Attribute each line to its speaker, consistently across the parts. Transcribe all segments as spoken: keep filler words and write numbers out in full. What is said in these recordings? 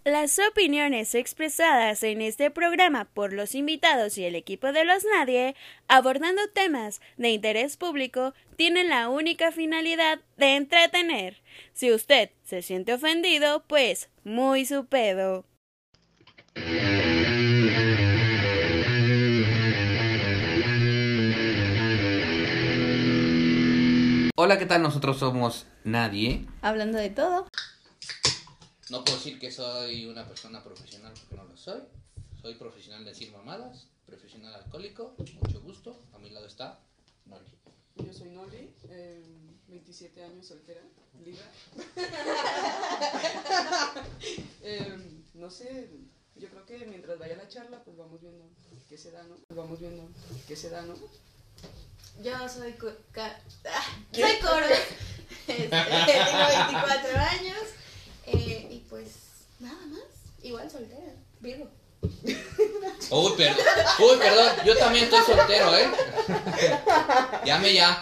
Speaker 1: Las opiniones expresadas en este programa por los invitados y el equipo de Los Nadie, abordando temas de interés público, tienen la única finalidad de entretener. Si usted se siente ofendido, pues muy su pedo.
Speaker 2: Hola, ¿qué tal? Nosotros somos Nadie.
Speaker 1: Hablando de todo.
Speaker 2: No puedo decir que soy una persona profesional porque no lo soy. Soy profesional de decir mamadas, profesional alcohólico, mucho gusto. A mi lado está Noli.
Speaker 3: Yo soy Noli, eh, veintisiete años, soltera, liga. eh, no sé, yo creo que mientras vaya la charla, pues vamos viendo qué se da, ¿no? Pues vamos viendo qué se da, ¿no?
Speaker 4: Yo soy co ca ah, soy Coro, este, tengo veinticuatro años eh, y pues nada más, igual soltera, Virgo.
Speaker 2: Uy, per Uy, perdón, yo también estoy soltero, ¿eh? Llame ya.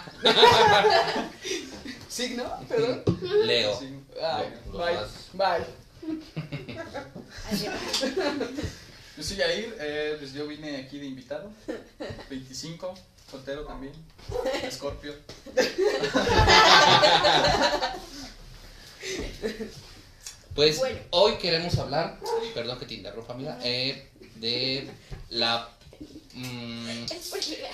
Speaker 3: ¿Signo? ¿Perdón?
Speaker 2: Leo.
Speaker 3: Sí. Ay,
Speaker 2: Lo-
Speaker 3: bye,
Speaker 2: los
Speaker 3: bye.
Speaker 5: Yo soy Yair, eh, pues yo vine aquí de invitado, veinticinco, soltero también, Escorpio.
Speaker 2: Pues
Speaker 4: Bueno.
Speaker 2: hoy queremos hablar, perdón que te interrumpa, amiga, eh, de la... mm,
Speaker 4: Es porque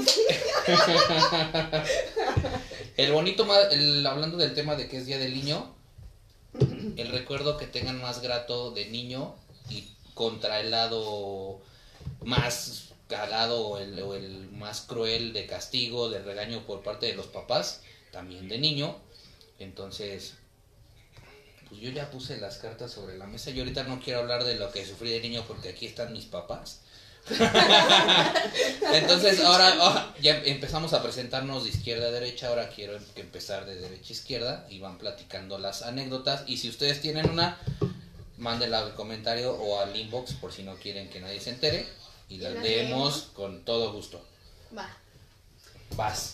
Speaker 2: el bonito, ma- el, hablando del tema de que es Día del Niño, el recuerdo que tengan más grato de niño y contra el lado más cagado o el, o el más cruel de castigo, de regaño por parte de los papás, también de niño. Entonces, pues yo ya puse las cartas sobre la mesa. Yo ahorita no quiero hablar de lo que sufrí de niño porque aquí están mis papás. Entonces ahora oh, ya empezamos a presentarnos de izquierda a derecha. Ahora quiero que empezar de derecha a izquierda y van platicando las anécdotas. Y si ustedes tienen una, mándenla al comentario o al inbox por si no quieren que nadie se entere. Y las
Speaker 4: las
Speaker 2: leemos
Speaker 4: leemos.
Speaker 2: con todo gusto.
Speaker 4: va,
Speaker 2: Vas.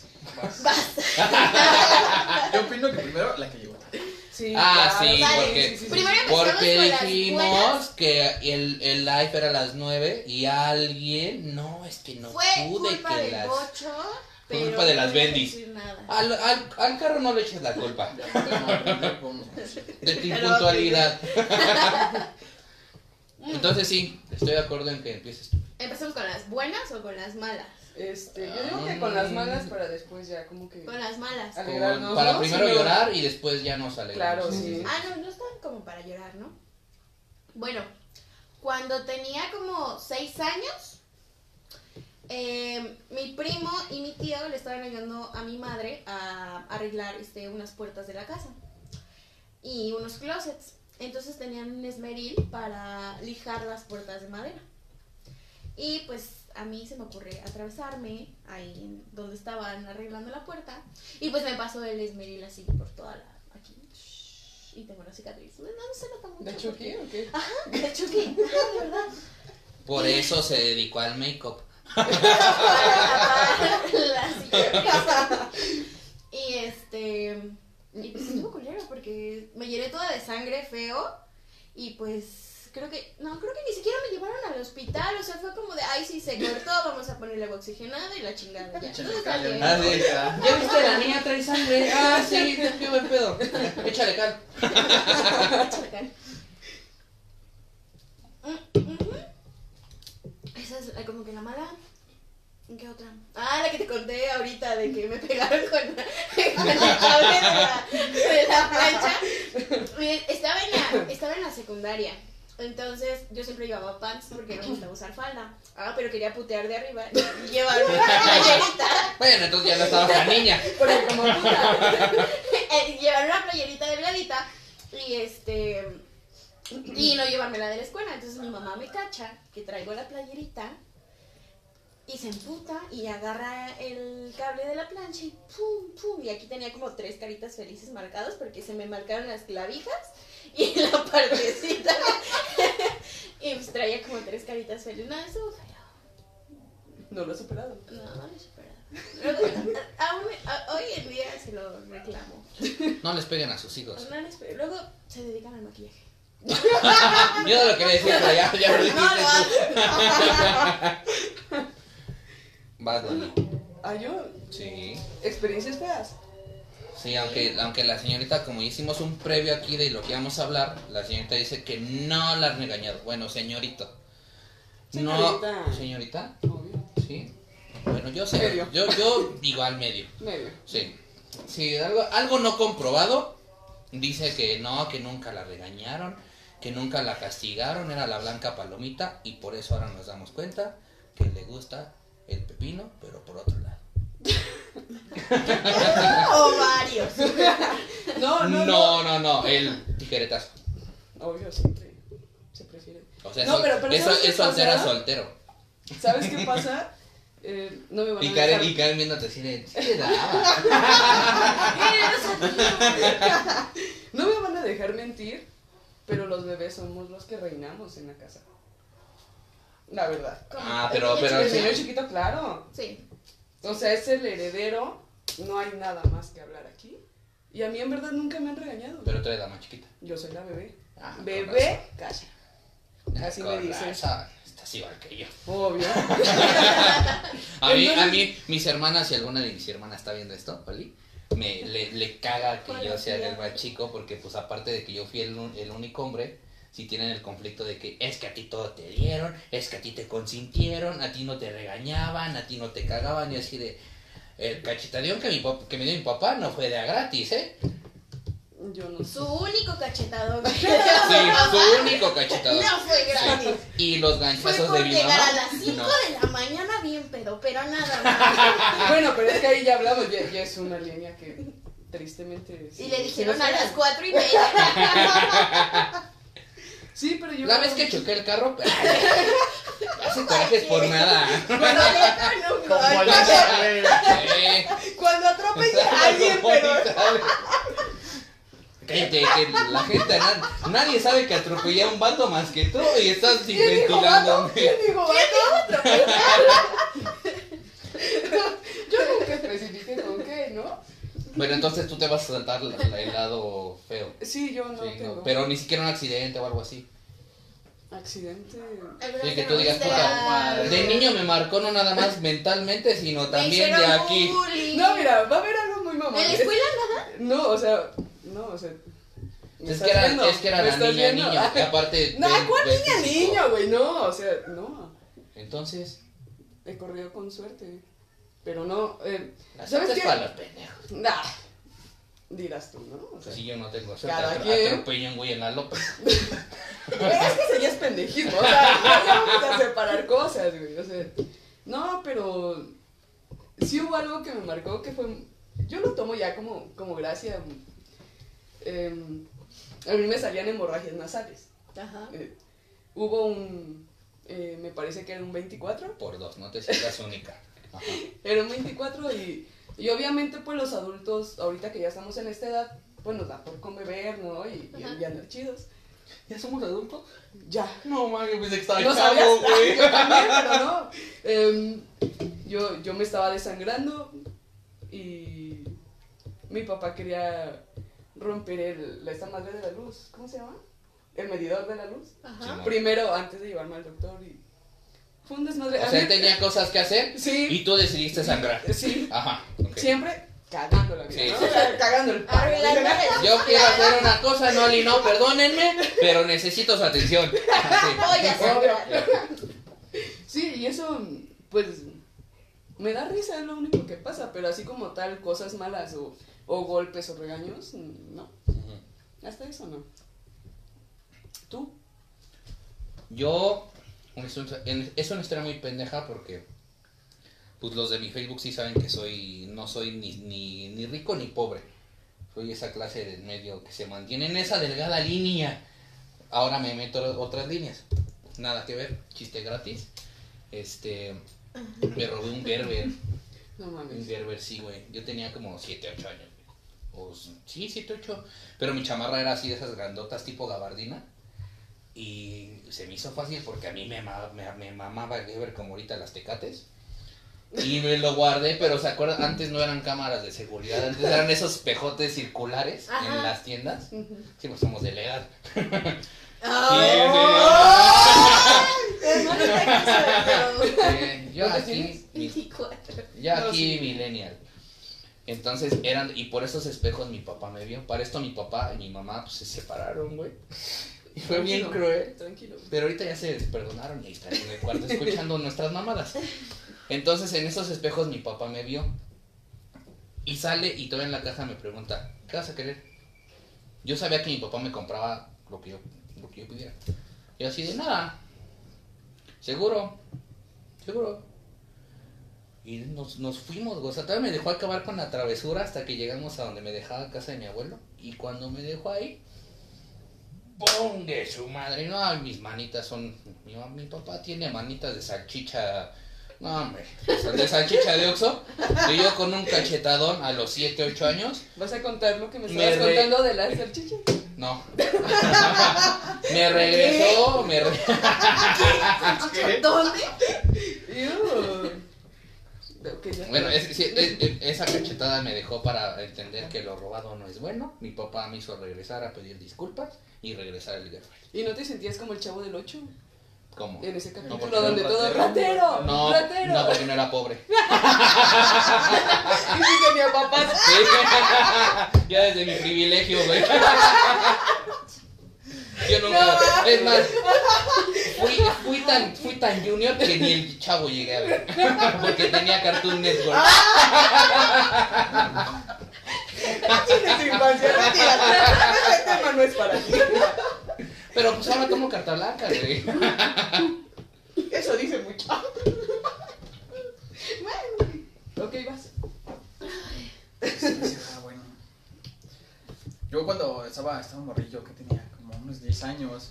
Speaker 5: Yo opino que primero la que llegó tarde.
Speaker 3: Sí,
Speaker 2: Ah,
Speaker 3: claro,
Speaker 2: sí,
Speaker 4: Dale.
Speaker 2: porque,
Speaker 3: sí, sí, sí.
Speaker 4: primero empezamos
Speaker 2: porque
Speaker 4: con las
Speaker 2: dijimos
Speaker 4: buenas.
Speaker 2: que el, el live era a las nueve y alguien, no, es que no
Speaker 4: Fue
Speaker 2: pude
Speaker 4: culpa
Speaker 2: que
Speaker 4: del
Speaker 2: las...
Speaker 4: bocho,
Speaker 2: Fue
Speaker 4: pero
Speaker 2: culpa de las
Speaker 4: no voy a
Speaker 2: bendis.
Speaker 4: decir nada.
Speaker 2: Al, al, al carro no le eches la culpa
Speaker 5: Ya podemos aprender cómo.
Speaker 2: de tu
Speaker 4: Pero,
Speaker 2: impuntualidad. Entonces sí, estoy de acuerdo en que empieces tú.
Speaker 4: ¿Empezamos con las buenas o con las malas?
Speaker 3: Este, yo digo que con las malas para después ya como que...
Speaker 4: Con las malas.
Speaker 2: Con-
Speaker 3: Alegrarnos,
Speaker 2: para
Speaker 3: ¿no?
Speaker 2: primero
Speaker 3: Sí, no.
Speaker 2: llorar y después ya nos alegramos.
Speaker 3: Claro, sí.
Speaker 4: Ah, no, no están como para llorar, ¿no? Bueno, cuando tenía como seis años, eh, mi primo y mi tío le estaban ayudando a mi madre a arreglar este, unas puertas de la casa y unos closets. Entonces tenían un esmeril para lijar las puertas de madera. Y pues a mí se me ocurre atravesarme ahí en donde estaban arreglando la puerta. Y pues me pasó el esmeril así por toda la... aquí. Y tengo una cicatriz. No, no se nota mucho.
Speaker 3: ¿De Chucky o qué?
Speaker 4: Ajá, de Chucky. Ajá, de verdad.
Speaker 2: Por eso se dedicó al make-up.
Speaker 4: Para tapar la cicatriz. Y este... Y pues estuvo culero porque me llené toda de sangre feo. Y pues... Creo que, no, creo que ni siquiera me llevaron al hospital, o sea, fue como de, ay, sí, se cortó, vamos a ponerle agua oxigenada y la chingada, ya.
Speaker 5: Échale
Speaker 4: Entonces,
Speaker 5: cal,
Speaker 4: está bien.
Speaker 2: Ah, sí.
Speaker 5: ya.
Speaker 2: ¿Ya viste la niña trae sangre? Ah, sí, qué buen pedo. Échale cal.
Speaker 4: Échale cal. Mm, ujú. Esa es eh, como que la mala. ¿Qué otra? Ah, la que te conté ahorita de que me pegaron con, con el cable de la, de la plancha. Miren, Estaba en la, estaba en la secundaria. Entonces yo siempre llevaba pants porque no me gustaba usar falda. Ah, pero quería putear de arriba. Llevar una playerita.
Speaker 2: Bueno, entonces ya no estaba la niña.
Speaker 3: Porque como puta.
Speaker 4: eh, Llevar una playerita delgadita. Y este. Y no llevármela de la escuela. Entonces mi mamá me cacha que traigo la playerita. Y se emputa y agarra el cable de la plancha y pum, pum. Y aquí tenía como tres caritas felices marcadas porque se me marcaron las clavijas y la partecita. Y pues traía como tres caritas felices. No, eso feo.
Speaker 3: No lo he superado.
Speaker 4: No, no lo he superado. Luego, a- aún, a- hoy en día se lo reclamo.
Speaker 2: No les peguen a sus hijos.
Speaker 4: No les pe- Luego se dedican al maquillaje.
Speaker 2: Yo no lo quería decir, pero ya, ya lo dijiste
Speaker 4: No lo
Speaker 2: tú. Vas, Dani.
Speaker 3: ¿Ah, yo?
Speaker 2: Sí.
Speaker 3: ¿Experiencias feas?
Speaker 2: Sí, aunque, aunque la señorita, como hicimos un previo aquí de lo que íbamos a hablar, la señorita dice que no la han regañado. Bueno, señorita.
Speaker 3: Señorita.
Speaker 2: No, señorita,
Speaker 3: Obvio.
Speaker 2: sí. Bueno, yo sé,
Speaker 3: Medio.
Speaker 2: yo, yo digo al medio.
Speaker 3: Medio.
Speaker 2: Sí. Sí, algo, algo no comprobado. Dice que no, que nunca la regañaron, que nunca la castigaron, era la blanca palomita y por eso ahora nos damos cuenta que le gusta el pepino, pero por otro lado.
Speaker 4: O varios.
Speaker 3: No, no, no.
Speaker 2: No, no, no, el tijeretazo.
Speaker 3: Obvio, siempre se prefiere.
Speaker 2: O sea,
Speaker 3: No,
Speaker 2: eso,
Speaker 3: pero- pero
Speaker 2: eso,
Speaker 3: ¿sabes qué
Speaker 2: eso altera
Speaker 3: pasa?
Speaker 2: soltero.
Speaker 3: ¿Sabes qué pasa? Eh, no me van a
Speaker 2: Y
Speaker 3: dejar.
Speaker 2: Karen, y Karen viéndote así de, "Sí te daba".
Speaker 3: No me van a dejar mentir, pero los bebés somos los que reinamos en la casa. La verdad.
Speaker 2: Ah, pero, pero
Speaker 3: El
Speaker 2: sí.
Speaker 3: señor chiquito, claro.
Speaker 4: Sí.
Speaker 3: O sea, es el heredero. No hay nada más que hablar aquí. Y a mí en verdad nunca me han regañado.
Speaker 2: Pero tú eres la más chiquita.
Speaker 3: Yo soy la bebé.
Speaker 2: Ah, con
Speaker 3: Bebé, casa.
Speaker 2: razón.
Speaker 3: Así
Speaker 2: Con
Speaker 3: me dicen.
Speaker 2: razón. Estás igual que yo.
Speaker 3: Obvio.
Speaker 2: A mí, a
Speaker 3: Entonces-
Speaker 2: mí, mis hermanas, si alguna de mis hermanas está viendo esto, Oli, me le, le caga que yo sea el más chico, porque pues aparte de que yo fui el, un- el único hombre, si tienen el conflicto de que es que a ti todo te dieron, es que a ti te consintieron, a ti no te regañaban, a ti no te cagaban, y así de, el cachetadón que, mi pap- que me dio mi papá no fue de a gratis, ¿eh?
Speaker 3: Yo no sé.
Speaker 4: Su único cachetadón.
Speaker 2: Sí, su único cachetadón.
Speaker 4: No fue gratis.
Speaker 2: Y los
Speaker 4: Fue
Speaker 2: ganchazos
Speaker 4: por
Speaker 2: de mi
Speaker 4: llegar
Speaker 2: mamá.
Speaker 4: a las cinco
Speaker 2: no.
Speaker 4: de la mañana bien pedo, pero nada más.
Speaker 3: Bueno, pero es que ahí ya hablamos. Ya, ya es una línea que tristemente. sí-
Speaker 4: Y le
Speaker 3: sí
Speaker 4: dijeron
Speaker 3: nos
Speaker 4: a las
Speaker 3: pegan.
Speaker 4: cuatro y media.
Speaker 3: Sí, pero yo.
Speaker 2: La vez que choqué el carro, hace corajes por nada.
Speaker 3: Cuando atropellan,
Speaker 5: Como
Speaker 3: Ay,
Speaker 5: Lisa, güey.
Speaker 2: Eh,
Speaker 3: cuando atropella a alguien, pero.
Speaker 2: Cállate, que la gente, na- nadie sabe que atropellé a un vato más que tú y estás
Speaker 3: ¿Quién dijo vato?
Speaker 2: ventilando.
Speaker 3: ¿Quién dijo vato? Yo nunca especifiqué con qué, ¿no?
Speaker 2: Bueno, entonces tú te vas a saltar la- la- el lado feo.
Speaker 3: Sí, yo no
Speaker 2: Sí,
Speaker 3: tengo.
Speaker 2: no, pero ni siquiera un accidente o algo así.
Speaker 3: Accidente.
Speaker 2: Sí, que tú digas,
Speaker 4: Te
Speaker 2: puta,
Speaker 5: madre.
Speaker 2: de niño me marcó no nada más mentalmente, sino también de
Speaker 4: hicieron
Speaker 2: aquí.
Speaker 4: bullying.
Speaker 3: No, mira, va a haber algo muy mamón.
Speaker 4: ¿En la escuela nada?
Speaker 3: No, o sea, no, o sea. ¿me
Speaker 2: Es
Speaker 3: estás
Speaker 2: que era,
Speaker 3: viendo?
Speaker 2: es que era
Speaker 3: ¿Me
Speaker 2: la
Speaker 3: estás
Speaker 2: niña,
Speaker 3: viendo?
Speaker 2: niño, y aparte.
Speaker 3: No,
Speaker 2: ven-
Speaker 3: ¿cuál
Speaker 2: ves
Speaker 3: niña,
Speaker 2: físico.
Speaker 3: niño, güey? No, o sea, no.
Speaker 2: Entonces,
Speaker 3: He corrido con suerte. Pero no, eh,
Speaker 2: la
Speaker 3: ¿sabes
Speaker 2: suerte es
Speaker 3: qué?
Speaker 2: para los pendejos.
Speaker 3: Nah, dirás tú, ¿no? O sea,
Speaker 2: Pues si yo no tengo suerte,
Speaker 3: Cada
Speaker 2: atro-
Speaker 3: quien.
Speaker 2: atropello un güey en la López.
Speaker 3: Pero es que ese ya es pendejismo, o sea, ya vamos a separar cosas, güey, o sea, no, pero sí hubo algo que me marcó que fue, yo lo tomo ya como, como gracia, eh, a mí me salían hemorragias nasales,
Speaker 4: Ajá.
Speaker 3: eh, hubo un, eh, me parece que era un veinticuatro,
Speaker 2: Por dos, no te sientas única. Ajá.
Speaker 3: era un veinticuatro y, y obviamente pues los adultos, ahorita que ya estamos en esta edad, pues nos da por conbeber, ¿no? Y, y,
Speaker 4: Ajá.
Speaker 3: y andar chidos,
Speaker 2: ¿Ya somos adultos?
Speaker 3: ya.
Speaker 2: No, mames, pensé que estaba
Speaker 3: ¿No
Speaker 2: chavo,
Speaker 3: sabías?
Speaker 2: güey.
Speaker 3: Yo también, pero no. Em, yo, yo me estaba desangrando y mi papá quería romper el, la- esta madre de la luz. ¿Cómo se llama? El medidor de la luz.
Speaker 4: Ajá.
Speaker 3: Primero, antes de llevarme al doctor y fue un desmadre.
Speaker 2: O
Speaker 3: A
Speaker 2: sea,
Speaker 3: mí-
Speaker 2: él tenía cosas que hacer
Speaker 3: Sí.
Speaker 2: y tú decidiste sangrar.
Speaker 3: Sí,
Speaker 2: Ajá, ok.
Speaker 3: siempre cagando la vida,
Speaker 2: Sí,
Speaker 3: ¿no?
Speaker 2: sí.
Speaker 3: O sea, cagando el palo.
Speaker 4: Arreglando el-
Speaker 2: Yo quiero hacer una cosa, Noli, no, perdónenme, pero necesito su atención.
Speaker 4: Voy a sangrar.
Speaker 3: Sí, y eso, pues, me da risa, es lo único que pasa, pero así como tal, cosas malas o, o golpes o regaños, no,
Speaker 2: Ujú.
Speaker 3: hasta eso no. ¿Tú?
Speaker 2: Yo, es un- es una historia muy pendeja porque pues los de mi Facebook sí saben que soy, no soy ni, ni, ni rico ni pobre. Soy esa clase de medio que se mantiene en esa delgada línea. Ahora me meto a otras líneas. Nada que ver, chiste gratis. Este, me robé un Gerber.
Speaker 3: No
Speaker 2: Un
Speaker 3: mames.
Speaker 2: Gerber, sí, güey. Yo tenía como siete, ocho años. O, sí, siete, ocho. Pero mi chamarra era así de esas grandotas tipo gabardina. Y se me hizo fácil porque a mí me, ma- me, me mamaba el Gerber como ahorita las Tecates. Y me lo guardé, pero ¿se acuerdan? Antes no eran cámaras de seguridad. Antes eran esos pejotes circulares
Speaker 4: Ajá.
Speaker 2: en las tiendas.
Speaker 3: Ujú.
Speaker 2: Sí, pues somos de la edad. Eh, yo
Speaker 3: ¿Cuántos
Speaker 2: aquí,
Speaker 3: tienes?
Speaker 2: mi-
Speaker 4: veinticuatro.
Speaker 2: yo
Speaker 3: No,
Speaker 2: aquí
Speaker 3: sí.
Speaker 2: millennial. Entonces eran, y por esos espejos mi papá me vio. Para esto mi papá y mi mamá pues, se separaron, güey. Y fue bien
Speaker 3: Tranquilo,
Speaker 2: cruel.
Speaker 3: Tranquilo.
Speaker 2: Pero ahorita ya se perdonaron y ahí están en el cuarto escuchando nuestras mamadas. Entonces en esos espejos mi papá me vio. Y sale y todavía en la caja me pregunta, ¿qué vas a querer? Yo sabía que mi papá me compraba lo que yo, lo que yo pidiera. Y así de nada. Seguro. Seguro. Y nos, nos fuimos, güey. O sea, todavía me dejó acabar con la travesura hasta que llegamos a donde me dejaba casa de mi abuelo. Y cuando me dejó ahí, ¡pum! De su madre. No, mis manitas son. Mi, mi papá tiene manitas de salchicha. No, hombre. De salchicha de Oxxo. Y yo con un cachetadón a los siete, ocho años.
Speaker 3: ¿Vas a contar lo que me
Speaker 2: Me
Speaker 3: estabas
Speaker 2: re-
Speaker 3: contando de las salchichas?
Speaker 2: No. Me regresó. Me re-
Speaker 5: ¿Qué?
Speaker 4: ¿Dónde?
Speaker 3: Iu. Ok, ya.
Speaker 2: Bueno, es- sí, es- es- esa cachetada me dejó para entender que lo robado no es bueno. Mi papá me hizo regresar a pedir disculpas y regresar al girlfriend.
Speaker 3: ¿Y no te sentías como el chavo del ocho?
Speaker 2: ¿Cómo?
Speaker 3: En ese
Speaker 5: No,
Speaker 3: capítulo
Speaker 5: porque era
Speaker 3: donde
Speaker 5: un
Speaker 3: todo
Speaker 5: ratero.
Speaker 3: ratero,
Speaker 2: No,
Speaker 3: ratero.
Speaker 2: no, porque no era pobre.
Speaker 3: Y sí tenía papás.
Speaker 2: Sí. Ya desde mi privilegio, güey. Yo nunca. Es más, fui, fui, tan, fui tan junior que ni el chavo llegué a ver. Porque tenía Cartoon Network.
Speaker 3: Tienes tu infancia, retírate. Ese tema no es para ti.
Speaker 2: Pero pues ahora tomo carta blanca, güey.
Speaker 3: Eso dice mucho. Ok, vas.
Speaker 5: Sí, sí, ah, bueno. Yo cuando estaba, estaba morrillo, que tenía como unos diez años,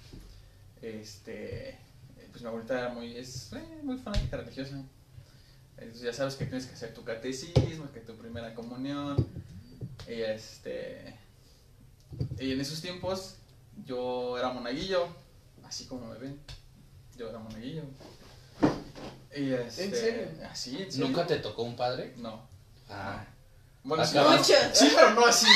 Speaker 5: este, eh, pues mi abuelita era muy, es eh, muy fanática religiosa. Entonces ya sabes que tienes que hacer tu catecismo, que tu primera comunión, y este, y en esos tiempos yo era monaguillo, así como me ven, yo era monaguillo. Y este,
Speaker 3: ¿En serio?
Speaker 5: Así, en serio.
Speaker 2: ¿Nunca te tocó un padre?
Speaker 5: No.
Speaker 2: Ah.
Speaker 5: Bueno, sí,
Speaker 2: Acaba-
Speaker 5: no, sí, pero no así.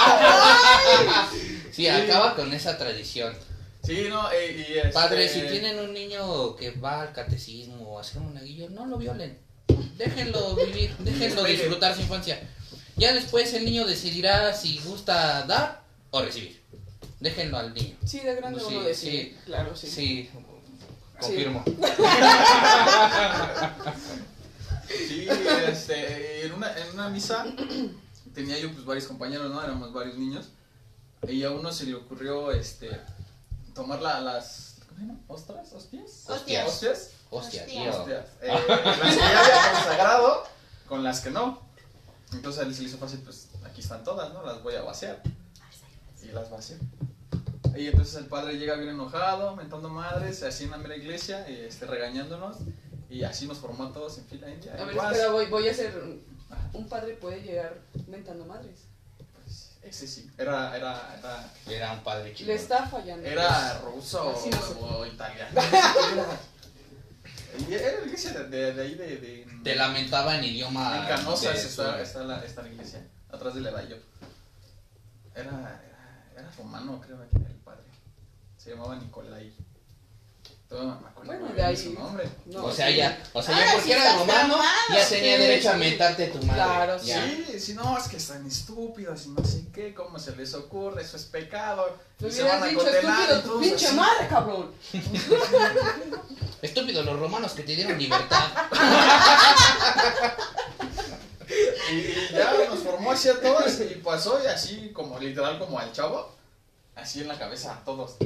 Speaker 2: Sí, acaba con esa tradición.
Speaker 5: Sí, no, eh, y este...
Speaker 2: Padre, si tienen un niño que va al catecismo o a hacer monaguillo, no lo violen. Déjenlo vivir, déjenlo disfrutar su infancia. Ya después el niño decidirá si gusta dar o recibir. Déjenlo al niño.
Speaker 3: Sí, de grande
Speaker 2: Sí,
Speaker 3: uno decide.
Speaker 2: sí.
Speaker 3: Claro, sí.
Speaker 2: Sí, confirmo.
Speaker 5: Sí, este, en una, en una misa tenía yo pues varios compañeros, ¿no? Éramos varios niños. Y a uno se le ocurrió, este, tomar la, las, ¿cómo se llama? ¿Ostras? ¿Hostias?
Speaker 2: Hostias.
Speaker 5: ¿Hostias?
Speaker 2: Hostia,
Speaker 4: Hostia.
Speaker 2: tío.
Speaker 5: Hostias. Eh, las que ya había consagrado con las que no. Entonces a él se le hizo fácil, pues aquí están todas, ¿no? Las voy a vaciar. Y las vació. Y entonces el padre llega bien enojado, mentando madres, así en la mera iglesia, y, este, regañándonos. Y así nos formó a todos en fila india.
Speaker 3: A ver,
Speaker 5: Igual,
Speaker 3: espera, voy, voy a hacer. un- Un padre puede llegar mentando madres.
Speaker 5: pues, ese sí. Era, era, era,
Speaker 2: Era un padre chido.
Speaker 3: Le está fallando.
Speaker 5: era ruso
Speaker 3: Así no se
Speaker 5: o, o italiano. Y era la iglesia de, de, de ahí de, de
Speaker 2: Te lamentaba en idioma.
Speaker 5: en Canosas
Speaker 2: de
Speaker 5: está,
Speaker 2: su-
Speaker 5: está, la, está la iglesia, atrás del Edayo. Era, era, era romano, creo que era el padre. Se llamaba Nicolai. Todavía me acuerdo
Speaker 3: Bueno,
Speaker 5: muy
Speaker 3: de
Speaker 5: bien
Speaker 3: ahí-
Speaker 5: su nombre.
Speaker 3: No,
Speaker 2: O sea,
Speaker 3: sí.
Speaker 2: ya, o sea,
Speaker 4: Ahora
Speaker 2: ya porque
Speaker 4: sí
Speaker 2: era
Speaker 4: estás
Speaker 2: romano,
Speaker 4: traumado,
Speaker 2: ya tenía
Speaker 3: sí,
Speaker 2: derecho a
Speaker 3: sí.
Speaker 2: mentarte tu madre.
Speaker 3: Claro, sí.
Speaker 2: Ya.
Speaker 5: Sí, si no, es que están estúpidos y no sé qué, cómo se les ocurre, eso es pecado.
Speaker 3: Me
Speaker 5: Y se
Speaker 3: hubieras
Speaker 5: van a
Speaker 3: dicho
Speaker 5: condenar
Speaker 3: estúpido
Speaker 5: y
Speaker 3: tu
Speaker 5: todos
Speaker 3: pinche
Speaker 5: así.
Speaker 3: madre, cabrón.
Speaker 2: Estúpidos los romanos que te dieron libertad.
Speaker 5: Y, y ya nos formó así a todos y pasó y así como literal como al chavo, así en la cabeza a todos.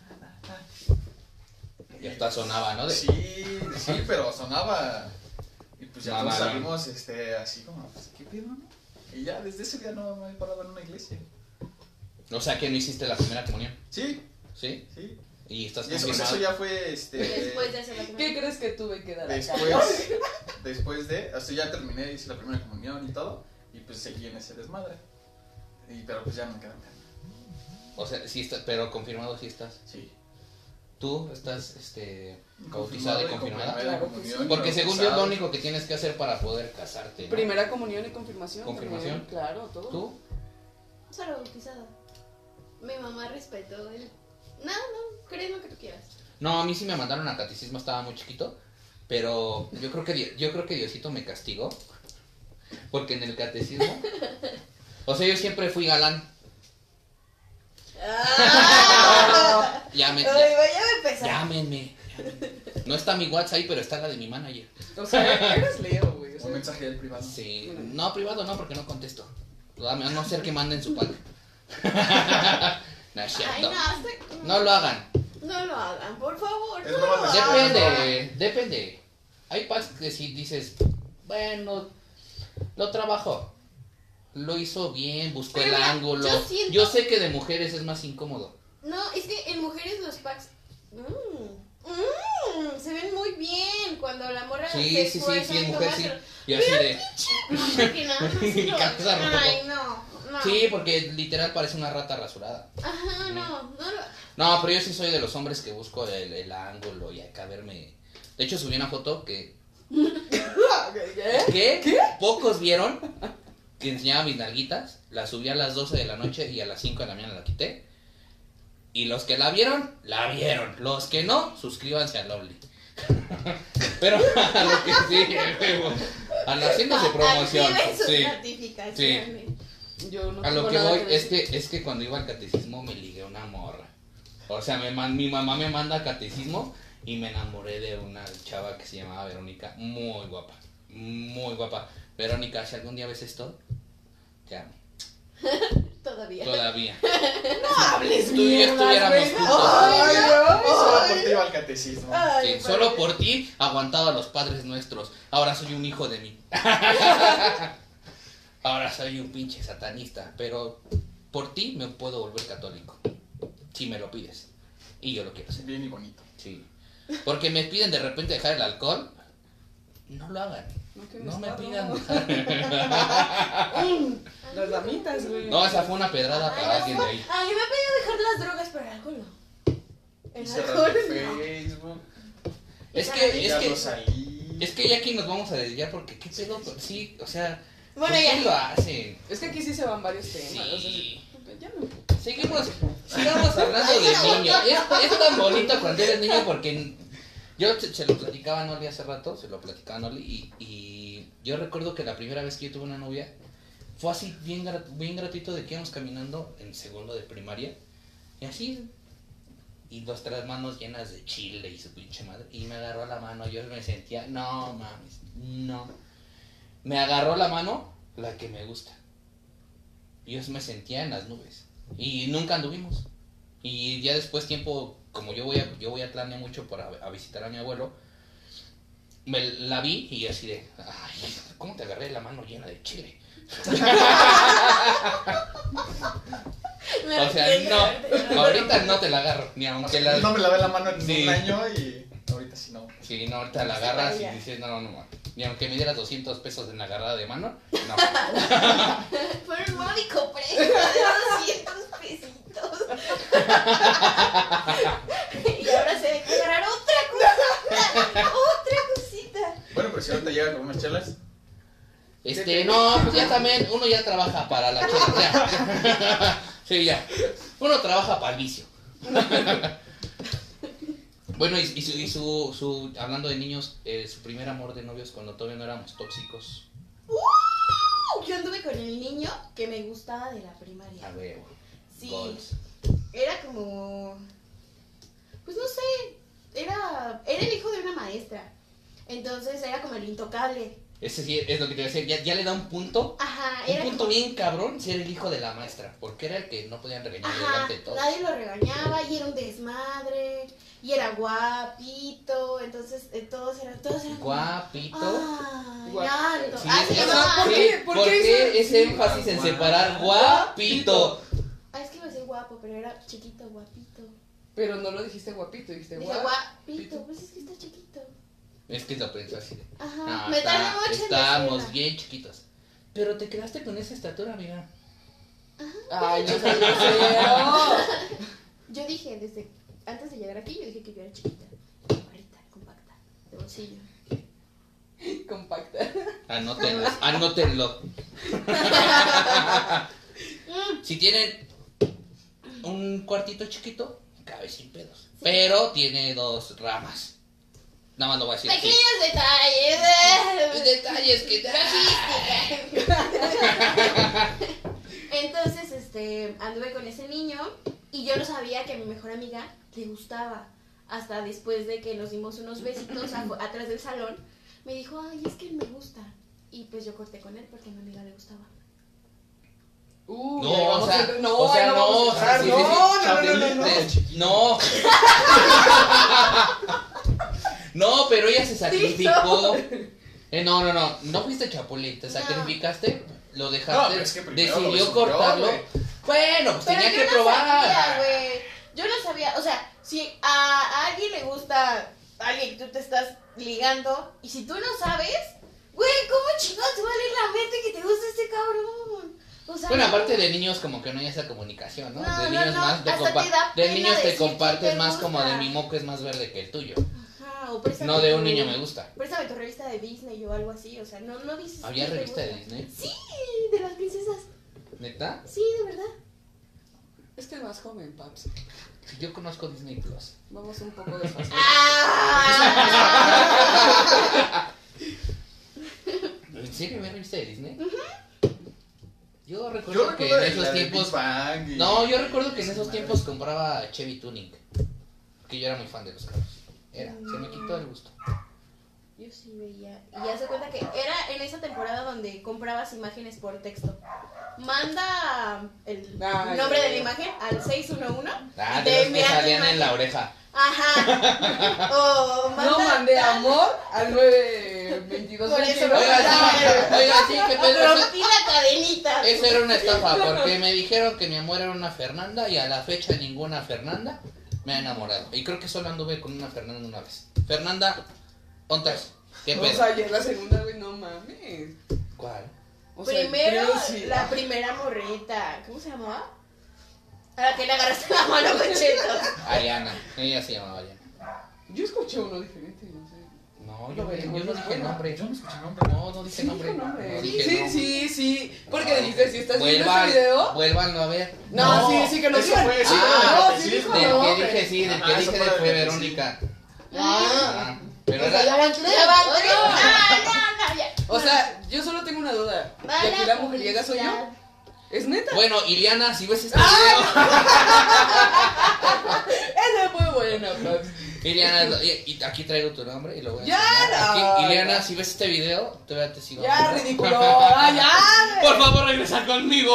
Speaker 2: Y hasta sonaba, ¿no? De-
Speaker 5: Sí, sí, pero sonaba. Y pues ya
Speaker 2: Mamá,
Speaker 5: todos
Speaker 2: no.
Speaker 5: salimos este, así como, pues, ¿qué pedo, no? Y ya desde ese día no me he parado en una iglesia.
Speaker 2: O sea que no hiciste la primera comunión.
Speaker 5: Sí,
Speaker 2: ¿Sí?
Speaker 5: sí.
Speaker 2: Y estás
Speaker 5: Y eso,
Speaker 2: confirmado.
Speaker 5: eso ya fue este.
Speaker 4: Después de hacer la
Speaker 3: ¿Qué
Speaker 4: primera.
Speaker 3: crees que tuve que dar acá?
Speaker 5: Después, después de, o sea, ya terminé, hice la primera comunión y todo, y pues seguí en ese desmadre. Y, pero pues ya no quedan ganas.
Speaker 2: O sea, sí estás, pero confirmado sí estás.
Speaker 5: Sí.
Speaker 2: ¿Tú estás este, bautizada y confirmada?
Speaker 3: Claro que
Speaker 5: comunión,
Speaker 3: sí.
Speaker 2: Porque según yo es lo
Speaker 5: bautizado.
Speaker 2: único que tienes que hacer para poder casarte, ¿no?
Speaker 3: Primera comunión y confirmación.
Speaker 2: Confirmación.
Speaker 3: también, claro, todo.
Speaker 2: ¿Tú?
Speaker 4: Solo bautizada. Mi mamá respetó el No, no, crees lo que tú quieras.
Speaker 2: No, a mí sí me mandaron a catecismo, estaba muy chiquito. Pero yo creo que Di- yo creo que Diosito me castigó. Porque en el catecismo. O sea, yo siempre fui galán.
Speaker 4: Ah.
Speaker 2: Llame,
Speaker 4: Ay,
Speaker 2: ya-
Speaker 4: voy a empezar.
Speaker 2: llámenme, llámenme. No está mi WhatsApp ahí, pero está la de mi manager.
Speaker 3: O sea, eres Leo, güey. O
Speaker 5: Un
Speaker 3: sea,
Speaker 5: mensaje del privado.
Speaker 2: Sí. No, privado no, porque no contesto. A no ser que manden su pack. No es
Speaker 4: Ay,
Speaker 2: cierto.
Speaker 4: no, hasta-
Speaker 2: No lo hagan.
Speaker 4: No lo hagan, por favor.
Speaker 5: Es
Speaker 4: no
Speaker 5: broma
Speaker 4: lo
Speaker 5: de-
Speaker 4: hagan.
Speaker 2: Depende, depende. Hay packs que si dices, bueno, lo trabajó. Lo hizo bien, buscó
Speaker 4: Pero
Speaker 2: el
Speaker 4: mira,
Speaker 2: ángulo.
Speaker 4: yo siento-
Speaker 2: Yo sé que de mujeres es más incómodo.
Speaker 4: No, es que en mujeres los packs mm, mm, se ven muy bien cuando la morra
Speaker 2: Sí,
Speaker 4: se
Speaker 2: sí, sí,
Speaker 4: esfuerza
Speaker 2: sí,
Speaker 4: en
Speaker 2: en mujer sí.
Speaker 4: tomárselo.
Speaker 2: Y así de.
Speaker 4: Pero que nada más se lo-
Speaker 2: Calza rojo.
Speaker 4: Ay, no, no.
Speaker 2: Sí, porque literal parece una rata rasurada.
Speaker 4: Ajá, no, no lo...
Speaker 2: No, pero yo sí soy de los hombres que busco el, el ángulo y acá verme. De hecho, subí una foto que.
Speaker 3: ¿qué?
Speaker 2: ¿Qué? ¿Qué? Pocos vieron que enseñaba mis nalguitas. La subí a las doce de la noche y a las cinco de la mañana la quité. Y los que la vieron, la vieron. Los que no, suscríbanse a Lovely. Pero a lo que sí, a la haciéndose promoción.
Speaker 4: Activen sus
Speaker 2: Sí.
Speaker 4: notificaciones.
Speaker 3: Yo no
Speaker 2: A lo
Speaker 3: tengo
Speaker 2: que
Speaker 3: nada
Speaker 2: voy
Speaker 3: que
Speaker 2: es
Speaker 3: decir.
Speaker 2: que, es que cuando iba al catecismo me ligué a una morra. O sea, me man- mi mamá me manda a catecismo y me enamoré de una chava que se llamaba Verónica. Muy guapa. Muy guapa. Verónica, si algún día ves esto, ya.
Speaker 4: Todavía.
Speaker 2: Todavía.
Speaker 4: No hables
Speaker 2: Tú y yo
Speaker 4: mierdas,
Speaker 2: estuviéramos
Speaker 4: güey.
Speaker 2: juntos.
Speaker 3: Ay,
Speaker 5: Ay,
Speaker 3: no.
Speaker 5: solo por ti iba al catecismo.
Speaker 4: Ay,
Speaker 2: Sí,
Speaker 4: por
Speaker 2: solo
Speaker 4: Dios.
Speaker 2: por ti aguantaba a los padres nuestros. Ahora soy un hijo de mí. Ahora soy un pinche satanista. Pero por ti me puedo volver católico. Si me lo pides. Y yo lo quiero hacer.
Speaker 5: Bien y bonito.
Speaker 2: Sí. Porque me piden de repente dejar el alcohol. No lo hagan.
Speaker 3: No, que
Speaker 2: No me
Speaker 3: está,
Speaker 2: pidan
Speaker 3: no.
Speaker 2: dejar.
Speaker 3: Las damitas, güey.
Speaker 2: No, esa fue una pedrada
Speaker 4: Ay,
Speaker 2: para
Speaker 4: no,
Speaker 2: alguien de ahí.
Speaker 4: a mí me ha pedido dejar las drogas, pero el alcohol no.
Speaker 5: Y
Speaker 4: El
Speaker 5: cerrar
Speaker 4: alcohol
Speaker 5: el
Speaker 4: no.
Speaker 5: Facebook.
Speaker 2: Es
Speaker 4: Para
Speaker 2: que,
Speaker 4: mí
Speaker 2: es
Speaker 5: ya
Speaker 2: que,
Speaker 5: no salí.
Speaker 2: es que ya aquí nos vamos a desviar porque qué pedo. Sí, o sea,
Speaker 4: Bueno,
Speaker 2: ¿por qué
Speaker 4: ya.
Speaker 2: lo hacen?
Speaker 3: Es que aquí sí se van varios temas. O sea,
Speaker 2: Sí.
Speaker 3: ya no.
Speaker 2: Seguimos, sigamos hablando de niño. Es, es tan bonito cuando eres niño porque yo se, se lo platicaba a Noli hace rato, se lo platicaba a Noli y, y yo recuerdo que la primera vez que yo tuve una novia fue así bien, gra- bien gratuito de que íbamos caminando en segundo de primaria y así y nuestras manos llenas de chile y su pinche madre y me agarró la mano, yo me sentía, no mames, no, me agarró la mano la que me gusta. Yo me sentía en las nubes y nunca anduvimos. Y ya después tiempo, como yo voy a yo voy a Atlania mucho para a visitar a mi abuelo, me la vi y así de, ay, ¿cómo te agarré la mano llena de chile?
Speaker 4: Me
Speaker 2: O sea,
Speaker 4: arrepiento de
Speaker 2: no,
Speaker 4: haberte agarrado.
Speaker 2: ahorita no te la agarro, ni aunque la...
Speaker 5: No me lavé la mano en
Speaker 2: Sí.
Speaker 5: un año y ahorita sí no.
Speaker 2: Sí, no, ahorita la agarras y dices, no, no, no, ni aunque me dieras doscientos pesos en la agarrada de mano, no.
Speaker 4: Fue un módico precio de doscientos pesitos. Y ahora se deja agarrar otra cosita. Otra cosita.
Speaker 5: Bueno, pero si ahorita llega con unas chelas.
Speaker 2: Este, no, pues ya también, uno ya trabaja para la chela, ya. Sí, ya. Uno trabaja para el vicio. Bueno, y, y, su, y su, su, hablando de niños, eh, su primer amor de novios cuando todavía no éramos tóxicos.
Speaker 4: Yo anduve con el niño que me gustaba de la primaria.
Speaker 2: A huevo.
Speaker 4: Sí.
Speaker 2: Goals.
Speaker 4: Era como... Pues no sé. Era, era el hijo de una maestra. Entonces era como el intocable.
Speaker 2: Ese sí es lo que te voy a decir, ya, ya le da un punto,
Speaker 4: Ajá,
Speaker 2: un
Speaker 4: era
Speaker 2: punto
Speaker 4: como-
Speaker 2: bien cabrón ser el hijo de la maestra, porque era el que no podían regañar
Speaker 4: Ajá,
Speaker 2: delante de todos.
Speaker 4: nadie lo regañaba y era un desmadre y era guapito, entonces eh, todos eran, todos eran como,
Speaker 2: Guapito.
Speaker 4: Ay,
Speaker 3: Guap-
Speaker 4: Nando.
Speaker 2: Sí,
Speaker 4: Ah, se
Speaker 2: eso-
Speaker 4: llamaba.
Speaker 3: ¿por
Speaker 2: sí,
Speaker 3: qué? ¿Por
Speaker 2: ¿por
Speaker 3: qué
Speaker 2: qué
Speaker 3: eso?
Speaker 2: ese énfasis en separar guapito?
Speaker 4: Ah, es que iba a decir guapo, pero era chiquito, guapito.
Speaker 3: Pero no lo dijiste guapito, dijiste
Speaker 4: Dije
Speaker 3: guap.
Speaker 4: guapito, pues es que está chiquito.
Speaker 2: Es que lo pensó así de,
Speaker 4: Ajá,
Speaker 2: "No,
Speaker 4: me
Speaker 2: está-
Speaker 4: tardé mucho en
Speaker 2: estábamos
Speaker 4: decirla.
Speaker 2: bien chiquitos. Pero te quedaste con esa estatura, amiga.
Speaker 3: Ay, no sé, no sé.
Speaker 4: Yo dije, desde antes de llegar aquí, yo dije que yo era chiquita, chaparrita, compacta, de bolsillo.
Speaker 3: Compacta.
Speaker 2: Anótenlo, anótenlo. Si tienen un cuartito chiquito, cabe cabe sin pedos. Sí. Pero tiene dos ramas. Nada más lo voy a decir.
Speaker 4: Pequeños así. detalles.
Speaker 2: Detalles que te...
Speaker 4: Entonces, este, anduve con ese niño y yo no sabía que a mi mejor amiga le gustaba. Hasta después de que nos dimos unos besitos a, atrás del salón, me dijo, ay, es que él me gusta. Y pues yo corté con él porque a mi amiga le gustaba.
Speaker 3: Uh,
Speaker 2: no, o sea,
Speaker 3: no,
Speaker 2: o sea, no,
Speaker 3: o sea,
Speaker 2: sí,
Speaker 3: no,
Speaker 2: sí, sí,
Speaker 3: no, no, no, no,
Speaker 2: no. No, pero ella se sacrificó. Eh, no, no, no, no fuiste chapulín, te sacrificaste, lo dejaste,
Speaker 5: no, pero es que
Speaker 2: decidió
Speaker 5: lo
Speaker 2: cortarlo.
Speaker 5: wey.
Speaker 2: Bueno, pues
Speaker 4: pero
Speaker 2: tenía
Speaker 4: yo
Speaker 2: que
Speaker 4: no
Speaker 2: probar.
Speaker 4: Sabía, güey. Yo no sabía, o sea, si a, a alguien le gusta a alguien que tú te estás ligando, y si tú no sabes, güey, ¿cómo chingados te va a leer la mente que te gusta este cabrón? O sea,
Speaker 2: bueno,
Speaker 4: no.
Speaker 2: aparte de niños como que no hay esa comunicación, ¿no?
Speaker 4: No,
Speaker 2: de
Speaker 4: no,
Speaker 2: niños
Speaker 4: no,
Speaker 2: más, de,
Speaker 4: hasta
Speaker 2: compa
Speaker 4: te da
Speaker 2: de
Speaker 4: pena
Speaker 2: niños te
Speaker 4: decir que
Speaker 2: compartes
Speaker 4: te
Speaker 2: más
Speaker 4: gusta.
Speaker 2: como de mi moco es más verde que el tuyo.
Speaker 4: Ajá, o préstame
Speaker 2: No de
Speaker 4: tu-
Speaker 2: un niño me gusta.
Speaker 4: Préstame tu revista de Disney o algo así, o sea, no, no dices.
Speaker 2: ¿Había
Speaker 4: que te
Speaker 2: revista de
Speaker 4: gusta.
Speaker 2: Disney?
Speaker 4: Sí, de las princesas.
Speaker 2: ¿Neta?
Speaker 4: Sí, de verdad.
Speaker 3: Es que es más joven, paps.
Speaker 2: Yo conozco Disney Plus.
Speaker 3: Vamos un poco desfasados.
Speaker 4: ¡Ah!
Speaker 2: ¿En serio había revista de Disney? Yo recuerdo
Speaker 5: Yo
Speaker 2: que
Speaker 5: recuerdo
Speaker 2: en esos
Speaker 5: la de
Speaker 2: tiempos...
Speaker 5: Big Bang y-
Speaker 2: No, yo recuerdo que en esos
Speaker 5: Madre.
Speaker 2: tiempos compraba Chevy Tuning. Que yo era muy fan de los carros. Era, se me quitó el gusto.
Speaker 4: Yo sí veía. Y ya se cuenta que era en esa temporada donde comprabas imágenes por texto. Manda el
Speaker 3: Ah,
Speaker 4: nombre
Speaker 3: ya,
Speaker 4: de la
Speaker 3: ya.
Speaker 4: imagen al seis uno uno.
Speaker 2: Ah,
Speaker 4: y
Speaker 2: de
Speaker 4: te
Speaker 2: los que
Speaker 4: envían tu
Speaker 2: salían en la
Speaker 4: imagen.
Speaker 2: oreja.
Speaker 4: Ajá. O manda
Speaker 3: No mandé
Speaker 4: tal-
Speaker 3: amor al nueve veintidós
Speaker 4: Por eso me
Speaker 2: Oiga,
Speaker 4: mandaba.
Speaker 2: sí, oiga, sí, qué pedo.
Speaker 4: Rompí la cadenita.
Speaker 2: Esa era una estafa, porque me dijeron que mi amor era una Fernanda y a la fecha ninguna Fernanda me ha enamorado. Y creo que solo anduve con una Fernanda una vez. Fernanda, ¿ontas? ¿Qué
Speaker 3: O
Speaker 2: pedo?
Speaker 3: sea, ya en la segunda, güey, no mames.
Speaker 2: ¿Cuál?
Speaker 3: O sea,
Speaker 4: Primero,
Speaker 3: creo sí.
Speaker 4: la primera morrita. ¿Cómo se llamaba? A la que le agarraste la mano con Cheto.
Speaker 2: Ariana, ella se llamaba Ariana.
Speaker 3: Yo escuché uno diferente, no sé.
Speaker 2: No,
Speaker 3: Lo
Speaker 2: yo,
Speaker 3: veremos
Speaker 2: yo no dije
Speaker 3: después.
Speaker 2: nombre.
Speaker 5: Yo no escuché nombre.
Speaker 2: No, no dije
Speaker 3: Sí,
Speaker 2: nombre.
Speaker 3: dijo nombre.
Speaker 2: No
Speaker 3: Sí,
Speaker 2: dije
Speaker 3: sí,
Speaker 2: nombre.
Speaker 3: sí, sí. Porque
Speaker 2: No.
Speaker 3: dijiste, si estás viendo
Speaker 2: Vuelvan,
Speaker 3: este video.
Speaker 2: vuélvanlo a ver.
Speaker 3: No,
Speaker 5: No,
Speaker 3: sí, sí, que nos
Speaker 5: eso
Speaker 3: digan.
Speaker 5: fue-
Speaker 3: Sí,
Speaker 2: sí,
Speaker 3: no,
Speaker 2: fue
Speaker 3: sí,
Speaker 5: catecismo.
Speaker 3: dijo
Speaker 2: Del que
Speaker 3: nombre.
Speaker 2: dije sí, del que
Speaker 5: Ajá, eso
Speaker 2: dije
Speaker 5: fue
Speaker 2: de
Speaker 5: del
Speaker 2: fue
Speaker 5: catecismo.
Speaker 2: Verónica.
Speaker 3: Ah.
Speaker 2: Ah, pero
Speaker 3: O sea,
Speaker 2: era...
Speaker 3: ya van tres.
Speaker 4: Ya van
Speaker 3: Oh,
Speaker 4: tres.
Speaker 3: no.
Speaker 4: No, no, no, ya.
Speaker 3: O sea, yo solo tengo una duda. ¿Y
Speaker 4: Vale,
Speaker 3: aquí la mujeriega soy yo?
Speaker 4: publicidad.
Speaker 3: ¿Es neta?
Speaker 2: Bueno, Iliana, si ves este video...
Speaker 3: Esa fue buena, paps.
Speaker 2: Iliana, y, y aquí traigo tu nombre y lo voy a
Speaker 3: Ya,
Speaker 2: enseñar.
Speaker 3: no.
Speaker 2: Aquí, Iliana, si ves este video, todavía te sigo.
Speaker 3: Ya, ridículo. Ah, ya.
Speaker 2: Por favor, regresa conmigo.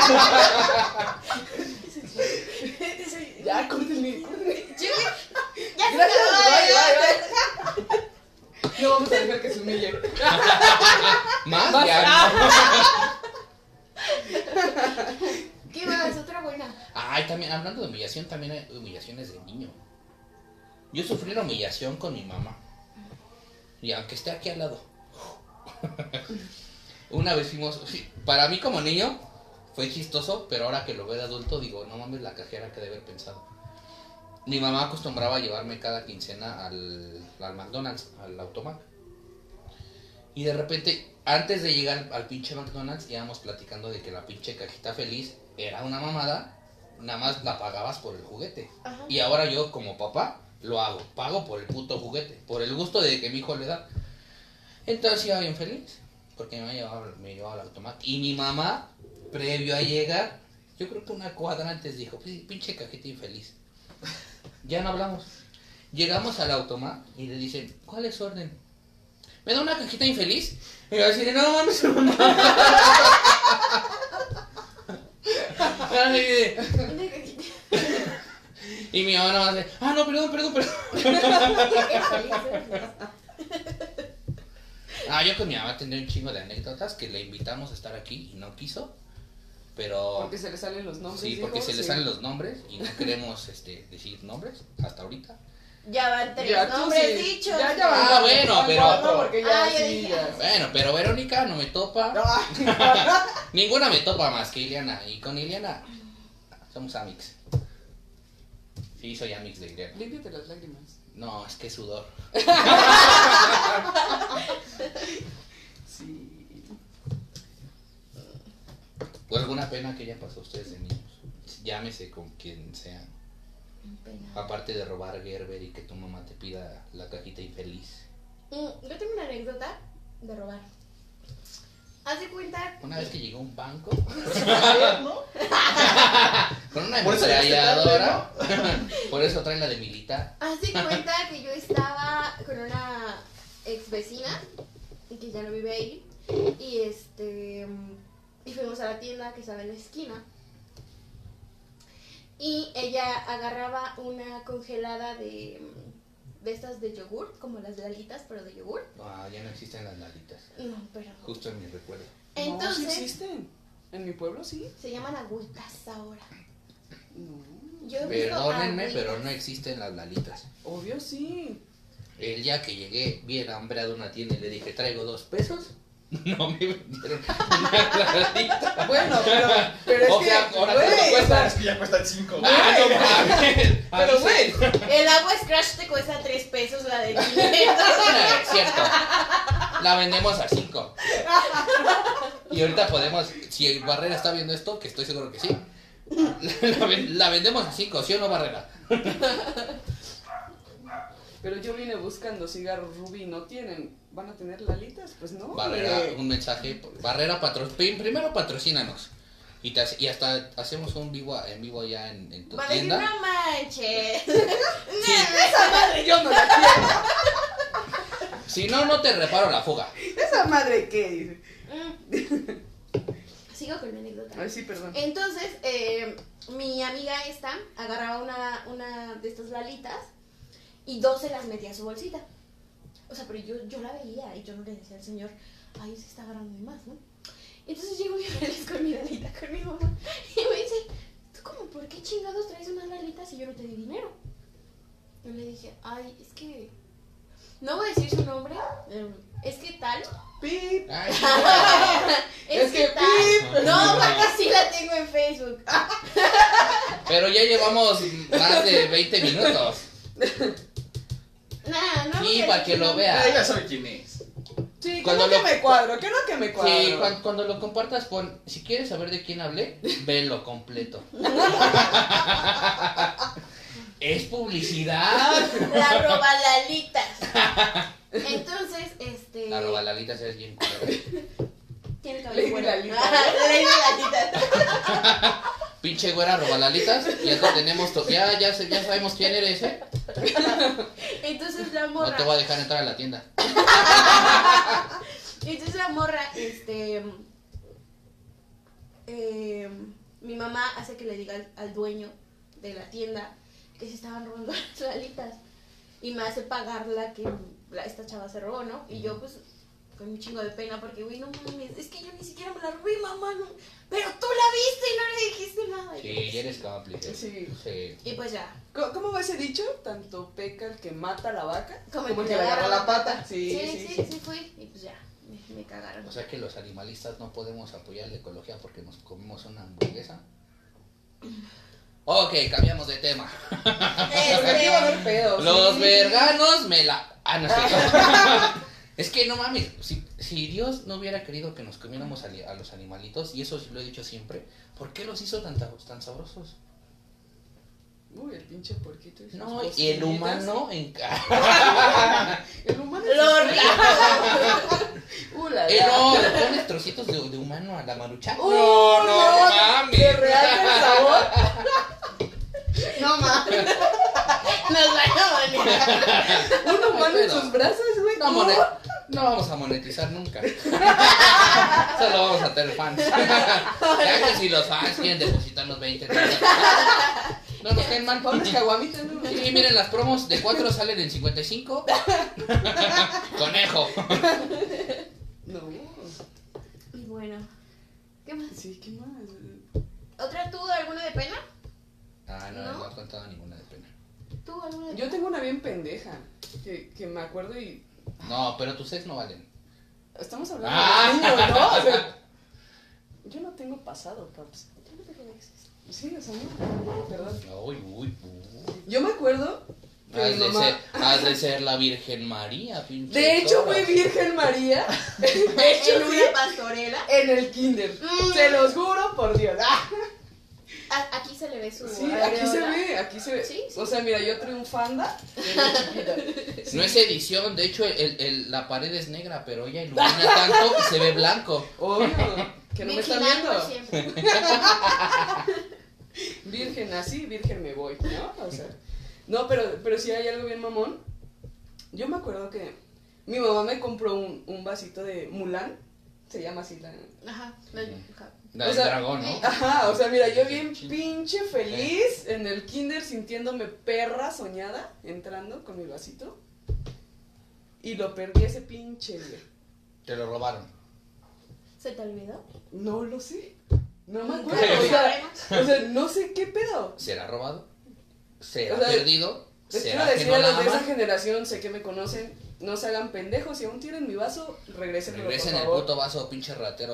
Speaker 3: Ya, córtenme, córtenme.
Speaker 4: Sí, ya se
Speaker 3: Gracias,
Speaker 4: acabó,
Speaker 3: bye,
Speaker 4: ya.
Speaker 3: bye, bye. No vamos a dejar que se humille.
Speaker 2: ¿Más?
Speaker 3: Más.
Speaker 2: Ya.
Speaker 4: ¿Qué más? Otra buena.
Speaker 2: Ay, también, hablando de humillación, también hay humillaciones de niño. Yo sufrí una humillación con mi mamá. Y aunque esté aquí al lado. Una vez fuimos, sí, para mí como niño fue chistoso, pero ahora que lo veo de adulto digo, no mames la cajera que debe haber pensado. Mi mamá acostumbraba a llevarme cada quincena al, al McDonald's, al automac. Y de repente, antes de llegar al pinche McDonald's, íbamos platicando de que la pinche cajita feliz era una mamada, nada más la pagabas por el juguete.
Speaker 4: Ajá.
Speaker 2: Y ahora yo como papá lo hago, pago por el puto juguete, por el gusto de que mi hijo le da. Entonces iba bien feliz, porque me llevaba, me llevaba al automac. Y mi mamá, previo a llegar, yo creo que una cuadra antes dijo, "Pues, pinche cajita infeliz". Ya no hablamos. Llegamos al automac y le dicen, ¿cuál es su orden? ¿Me da una cajita infeliz? Y yo así, no mames, mamá. Así de- Y mi mamá nada más de, ah, no, perdón, perdón, perdón. Ah, yo con mi mamá tendré un chingo de anécdotas que le invitamos a estar aquí y no quiso. Pero...
Speaker 3: Porque se le salen los nombres.
Speaker 2: Sí, porque
Speaker 3: dijo,
Speaker 2: se le
Speaker 3: sí.
Speaker 2: salen los nombres y no queremos este, decir nombres hasta ahorita.
Speaker 4: Ya van tres
Speaker 3: Ya, tú
Speaker 4: nombres
Speaker 3: sí.
Speaker 4: dichos.
Speaker 3: Ya, ya van
Speaker 2: Ah,
Speaker 3: cuatro,
Speaker 2: bueno,
Speaker 3: van
Speaker 2: pero-
Speaker 3: cuatro, porque ya
Speaker 4: Ah, yo
Speaker 3: sí,
Speaker 4: dije,
Speaker 3: ya.
Speaker 2: Bueno, pero Verónica no me topa.
Speaker 3: Ah.
Speaker 2: Ninguna me topa más que Ileana. Y con Ileana somos amix. Sí, soy amix de Ileana.
Speaker 3: Límpiate las lágrimas.
Speaker 2: No, es que es sudor.
Speaker 3: Sí.
Speaker 2: ¿O alguna pena que haya pasado a ustedes de niños? Llámese con quien sea.
Speaker 4: Pena.
Speaker 2: Aparte de robar Gerber y que tu mamá te pida la cajita infeliz.
Speaker 4: Mm, yo tengo una anécdota de robar. Haz de cuenta.
Speaker 2: Una vez que llegó a un banco
Speaker 5: ¿no?
Speaker 2: con una
Speaker 5: Por eso llegaste
Speaker 2: ametralladora, por eso trae la de militar.
Speaker 4: Haz de cuenta que yo estaba con una ex vecina que ya no vive ahí. Y este. Y fuimos a la tienda que estaba en la esquina. Y ella agarraba una congelada de. De estas de yogur, como las lalitas, pero de yogur.
Speaker 2: Ah, ya no existen las lalitas.
Speaker 4: No, pero.
Speaker 2: Justo en mi recuerdo.
Speaker 4: Entonces.
Speaker 3: No, sí existen. En mi pueblo sí.
Speaker 4: Se llaman agüitas ahora.
Speaker 3: No.
Speaker 4: Yo he visto
Speaker 2: Perdónenme,
Speaker 4: agüitas.
Speaker 2: pero no existen las lalitas.
Speaker 3: Obvio sí.
Speaker 2: El día que llegué bien hambriado a una tienda y le dije, ¿traigo dos pesos? No me vendieron una lalita.
Speaker 3: Bueno, pero, pero es
Speaker 2: O
Speaker 3: que,
Speaker 2: sea, ahora
Speaker 3: güey,
Speaker 2: ¿cuánto cuesta?
Speaker 5: Es que ya cuestan cinco.
Speaker 2: Ah, no mames.
Speaker 3: pero güey,
Speaker 4: El agua Scratch te cuesta tres pesos, la de quinientos.
Speaker 2: No, es cierto. La vendemos a cinco. Y ahorita podemos, si Barrera está viendo esto, que estoy seguro que sí, la, ven- la vendemos a cinco, ¿sí o no, Barrera?
Speaker 3: pero yo vine buscando cigarros Rubí, ¿no tienen? ¿Van a tener lalitas? Pues no.
Speaker 2: Barrera,
Speaker 3: güey.
Speaker 2: un mensaje. Barrera, patro, primero patrocínanos. Y, te hace- y hasta hacemos un vivo en vivo allá en, en tu
Speaker 4: Va a decir,
Speaker 2: tienda.
Speaker 4: no manches.
Speaker 2: Sí.
Speaker 3: Esa madre yo no la quiero.
Speaker 2: Si no, no te reparo la fuga.
Speaker 3: ¿Esa madre qué? Dice.
Speaker 4: Mm. Sigo con mi anécdota.
Speaker 3: Ay, sí, perdón.
Speaker 4: Entonces, eh, mi amiga esta agarraba una, una de estas lalitas y dos se las metía a su bolsita. O sea, pero yo, yo la veía y yo no le decía al señor, ay, se está agarrando de más, ¿no? Entonces llego yo feliz con mi lalita, con mi mamá, y me dice, ¿tú cómo, por qué chingados traes unas lalitas si yo no te di dinero? Yo le dije, ay, es que, no voy a decir su nombre, eh, es que tal,
Speaker 3: Pip.
Speaker 2: Ay,
Speaker 4: es,
Speaker 3: Es
Speaker 4: que,
Speaker 3: que
Speaker 4: tal,
Speaker 3: pip.
Speaker 4: no, porque sí la tengo en Facebook.
Speaker 2: pero ya llevamos más de veinte minutos.
Speaker 4: Nah, no
Speaker 2: Sí,
Speaker 4: voy a
Speaker 2: para
Speaker 4: decir
Speaker 2: que lo
Speaker 4: su nombre.
Speaker 2: vea.
Speaker 5: Ah, ya sabe quién es.
Speaker 3: Sí, ¿qué
Speaker 2: Cuando
Speaker 3: es lo
Speaker 2: lo-
Speaker 3: que me cuadro? ¿Qué es lo que me cuadro?
Speaker 2: Sí, cuando, cuando lo compartas, pon, si quieres saber de quién hablé, velo completo. Es publicidad.
Speaker 4: La robalalitas. Entonces, este.
Speaker 2: La robalalita es bien culera.
Speaker 4: Tiene
Speaker 3: Lady
Speaker 4: cabello bueno.
Speaker 3: Lalita.
Speaker 4: Ajá, Lady Lalita.
Speaker 2: Pinche güera robalalitas, ya te tenemos, to- ya, ya, sé- ya sabemos quién eres, ¿eh?
Speaker 4: Entonces la
Speaker 2: No
Speaker 4: morra.
Speaker 2: te voy a dejar entrar a la tienda.
Speaker 4: Entonces la morra, este. eh, mi mamá hace que le diga al, al dueño de la tienda que se estaban robando las lalitas. Y me hace pagar la que la- esta chava se robó, ¿no? Y yo, pues, con un chingo de pena porque, güey, no mames, es que yo ni siquiera me la robé, mamá, no. Pero tú la viste y no le dijiste nada. Y yo,
Speaker 2: Sí, eres cómplice.
Speaker 3: Sí.
Speaker 2: Sí.
Speaker 4: Y pues ya.
Speaker 3: ¿Cómo, cómo va ese dicho? Tanto peca el que mata a la vaca
Speaker 4: Como,
Speaker 3: como el que le agarra la pata. Sí,
Speaker 4: Sí,
Speaker 3: sí,
Speaker 4: sí,
Speaker 3: sí.
Speaker 4: sí, fui. Y pues ya, me, me cagaron.
Speaker 2: O sea que los animalistas no podemos apoyar la ecología porque nos comemos una hamburguesa. Ok, cambiamos de tema.
Speaker 3: Porque aquí va a haber pedos.
Speaker 2: Los
Speaker 3: sí.
Speaker 2: veganos me la... Ah, no sé. Es que no mames, si, si Dios no hubiera querido que nos comiéramos a, li- a los animalitos, y eso sí lo he dicho siempre, ¿por qué los hizo tan, ta- tan sabrosos?
Speaker 3: Uy, el pinche porquito. y sus
Speaker 2: No, y el
Speaker 3: costillitas.
Speaker 2: humano en
Speaker 3: El humano.
Speaker 4: Lo
Speaker 3: es-
Speaker 4: rico.
Speaker 3: Uh, la,
Speaker 2: Eh,
Speaker 3: la.
Speaker 2: no, le pones trocitos de, de humano a la marucha.
Speaker 3: Uh,
Speaker 2: no, no,
Speaker 3: no,
Speaker 2: mames.
Speaker 3: ¿Te real el sabor?
Speaker 4: No mames. Nos van a banear.
Speaker 3: Un humano en
Speaker 2: pedo.
Speaker 3: sus brazos, güey.
Speaker 2: No,
Speaker 3: Uh.
Speaker 2: mone- no vamos a monetizar nunca. Solo vamos a tener fans. Ya que si los fans quieren depositarnos veinte, treinta, no nos caen mal.
Speaker 3: Pones caguamitas, ¿no?
Speaker 2: Sí, miren, las promos de cuatro salen en cincuenta y cinco. Conejo.
Speaker 3: No.
Speaker 4: Y bueno, ¿qué más?
Speaker 3: Sí, ¿qué más?
Speaker 4: ¿Otra tú, alguna de pena?
Speaker 2: Ah, no, no,
Speaker 4: ¿No?
Speaker 2: no he contado ninguna de pena.
Speaker 4: ¿Tú, alguna de
Speaker 3: Yo
Speaker 4: pena?
Speaker 3: tengo una bien pendeja. Que, que me acuerdo y.
Speaker 2: No, pero tus ex no valen.
Speaker 3: Estamos hablando
Speaker 2: Ah.
Speaker 3: de niños, ¿no? O sea, yo no tengo pasado, paps.
Speaker 4: Yo no tengo exes.
Speaker 3: Sí, o sea, no. Perdón.
Speaker 2: Uy, uy, uy.
Speaker 3: Yo me acuerdo que
Speaker 2: Has
Speaker 3: mi
Speaker 2: de,
Speaker 3: mamá.
Speaker 2: ser, has de ser la Virgen María, pinche.
Speaker 3: De hecho,
Speaker 2: zorra.
Speaker 3: fue Virgen María. De hecho,
Speaker 4: ¿En
Speaker 3: sí,
Speaker 4: una pastorela?
Speaker 3: en el kinder.
Speaker 4: Mm.
Speaker 3: Se los juro por Dios. Ah.
Speaker 4: A- aquí se le ve su
Speaker 3: Sí, aquí se
Speaker 4: areola.
Speaker 3: ve, aquí se ve.
Speaker 4: Sí, sí.
Speaker 3: O sea, mira, yo triunfanda desde chiquita.
Speaker 2: No es edición, de hecho el, el- la pared es negra, pero ella ilumina tanto que se ve blanco.
Speaker 3: Obvio, que no me están
Speaker 4: Virginal
Speaker 3: viendo.
Speaker 4: por siempre.
Speaker 3: Virgen así, virgen me voy, ¿no? O sea, no, pero, pero sí hay algo bien mamón. Yo me acuerdo que mi mamá me compró un, un vasito de Mulan, se llama así la...
Speaker 4: Ajá. la- ajá.
Speaker 2: La
Speaker 3: O
Speaker 2: del
Speaker 3: sea,
Speaker 2: dragón, ¿no?
Speaker 3: Ajá, o sea, mira, yo bien pinche feliz en el kinder sintiéndome perra soñada, entrando con mi vasito. Y lo perdí ese pinche día.
Speaker 2: Te lo robaron.
Speaker 4: ¿Se te olvidó?
Speaker 3: No lo sé. No me
Speaker 4: Nunca
Speaker 3: acuerdo.
Speaker 4: lo
Speaker 3: O sea,
Speaker 4: sabremos.
Speaker 3: o sea, no sé qué pedo.
Speaker 2: ¿Será robado? ¿Será
Speaker 3: O sea,
Speaker 2: perdido?
Speaker 3: Les quiero
Speaker 2: ¿Será que
Speaker 3: decir
Speaker 2: no
Speaker 3: a los
Speaker 2: la
Speaker 3: de esa
Speaker 2: aman?
Speaker 3: generación, sé que me conocen, no se hagan pendejos. Si aún tienen mi vaso, regresen
Speaker 2: Regresen
Speaker 3: por
Speaker 2: el
Speaker 3: favor.
Speaker 2: puto vaso, pinche ratero.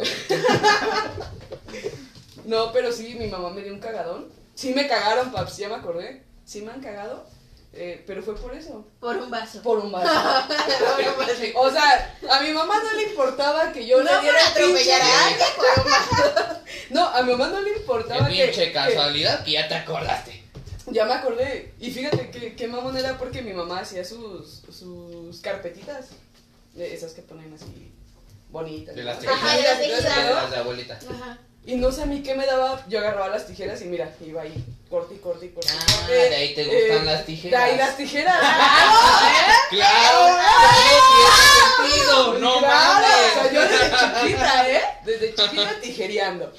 Speaker 3: No, pero sí, mi mamá me dio un cagadón. Sí me cagaron, paps, ya me acordé. Sí me han cagado, eh, pero fue por eso.
Speaker 4: Por un vaso.
Speaker 3: Por un vaso.
Speaker 4: Por un vaso.
Speaker 3: O sea, a mi mamá no le importaba que yo
Speaker 4: No
Speaker 3: le
Speaker 4: por
Speaker 3: diera el pinche...
Speaker 4: atropellar a alguien, por un vaso.
Speaker 3: No, a mi mamá no le
Speaker 2: Qué
Speaker 3: importaba que...
Speaker 2: pinche
Speaker 3: que-
Speaker 2: casualidad que ya te acordaste.
Speaker 3: Ya me acordé. Y fíjate que, qué mamón era porque mi mamá hacía sus, sus carpetitas. De esas que ponen así bonitas.
Speaker 2: De
Speaker 3: ¿no?
Speaker 2: las
Speaker 4: Ajá, de
Speaker 2: tijeras.
Speaker 4: las
Speaker 3: Y todo ese
Speaker 4: tejidas.
Speaker 2: De
Speaker 3: pedo.
Speaker 2: las de abuelita.
Speaker 4: Ajá.
Speaker 3: Y no sé a mí qué me daba. Yo agarraba las tijeras y mira, iba ahí. Corte y corte y corte. y
Speaker 2: Ah,
Speaker 3: corte.
Speaker 2: de ahí te gustan
Speaker 3: Eh,
Speaker 2: las
Speaker 3: De
Speaker 2: tijeras.
Speaker 3: ahí las tijeras.
Speaker 2: ¡Claro! ¡Todo tiene sentido! ¡No
Speaker 3: Claro, o sea,
Speaker 2: mames!
Speaker 3: yo desde chiquita, ¿eh? Desde chiquita tijereando.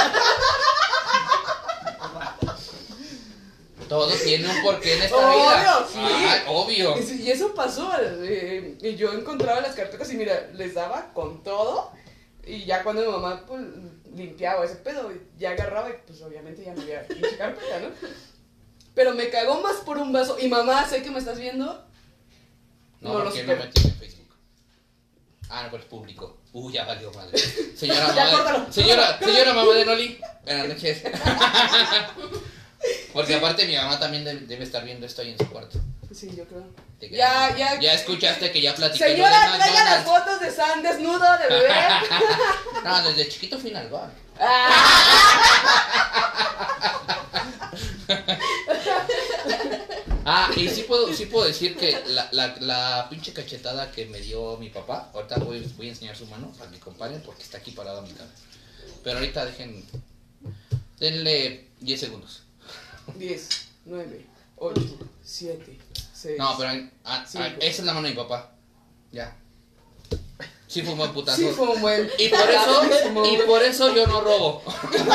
Speaker 2: Todo tiene un porqué en esta
Speaker 3: Obvio,
Speaker 2: vida.
Speaker 3: sí.
Speaker 2: Ay, obvio.
Speaker 3: Y, sí, y eso pasó. eh, y yo encontraba las carpetas y mira, les daba con todo. Y ya cuando mi mamá pues, limpiaba ese pedo, ya agarraba y pues obviamente ya no había pinche carpeta, ¿no? Pero me cagó más por un vaso. Y mamá, sé que me estás viendo.
Speaker 2: No,
Speaker 3: No lo
Speaker 2: porque no
Speaker 3: supero.
Speaker 2: me tiene en Facebook. Ah, no, pero es público. Uy, ya valió madre. Señora
Speaker 3: Ya,
Speaker 2: mamá.
Speaker 3: córtalo.
Speaker 2: De, señora, señora mamá de Noli. Buenas noches. Porque aparte mi mamá también debe, debe estar viendo esto ahí en su cuarto.
Speaker 3: Sí, yo creo.
Speaker 2: Te
Speaker 3: Ya,
Speaker 2: quedas-
Speaker 3: ya.
Speaker 2: Ya escuchaste que ya platiqué lo de
Speaker 3: Señora, traiga las
Speaker 2: McDonald's.
Speaker 3: fotos de San desnudo de bebé.
Speaker 2: No, desde chiquito fui al bar. Ah, y sí puedo, sí puedo decir que la, la, la pinche cachetada que me dio mi papá, ahorita voy, voy a enseñar su mano para que comparen porque está aquí parado a mi cara. Pero ahorita dejen, denle diez segundos.
Speaker 3: diez, nueve, ocho, siete, seis.
Speaker 2: No, pero ah,
Speaker 3: Cinco.
Speaker 2: ah, esa es la mano de mi papá. Ya. Sí fue un buen putazo.
Speaker 3: Sí, fue un buen.
Speaker 2: Y por eso,
Speaker 3: Rapidísimo.
Speaker 2: y por eso yo no robo.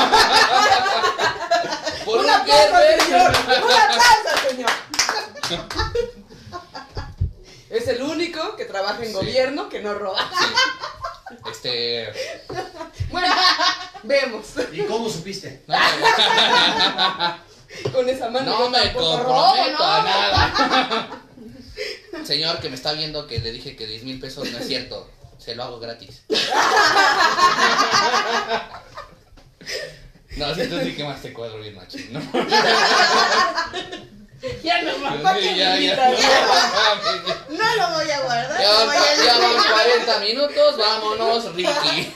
Speaker 2: Por
Speaker 3: ¡Un
Speaker 2: un
Speaker 3: aplauso,
Speaker 2: viernes.
Speaker 3: señor! ¡Un aplauso, señor! Es el único que trabaja en
Speaker 2: Sí.
Speaker 3: gobierno que no roba.
Speaker 2: Sí. Este.
Speaker 3: Bueno, vemos.
Speaker 6: ¿Y cómo supiste?
Speaker 2: No,
Speaker 3: Con esa mano.
Speaker 2: no
Speaker 3: yo
Speaker 2: me
Speaker 3: tampoco
Speaker 2: comprometo
Speaker 3: robo,
Speaker 2: a
Speaker 3: ¿no?
Speaker 2: nada. Señor que me está viendo que le dije que diez mil pesos no es cierto. Se lo hago gratis. No, si tú sí quemaste cuadro bien machín, ¿no?
Speaker 4: Ya no más.
Speaker 2: Sí, ya, ya.
Speaker 4: No lo voy a guardar.
Speaker 2: Ya,
Speaker 4: lo voy a
Speaker 2: van- ya van
Speaker 4: decir.
Speaker 2: cuarenta minutos, vámonos, Ricky.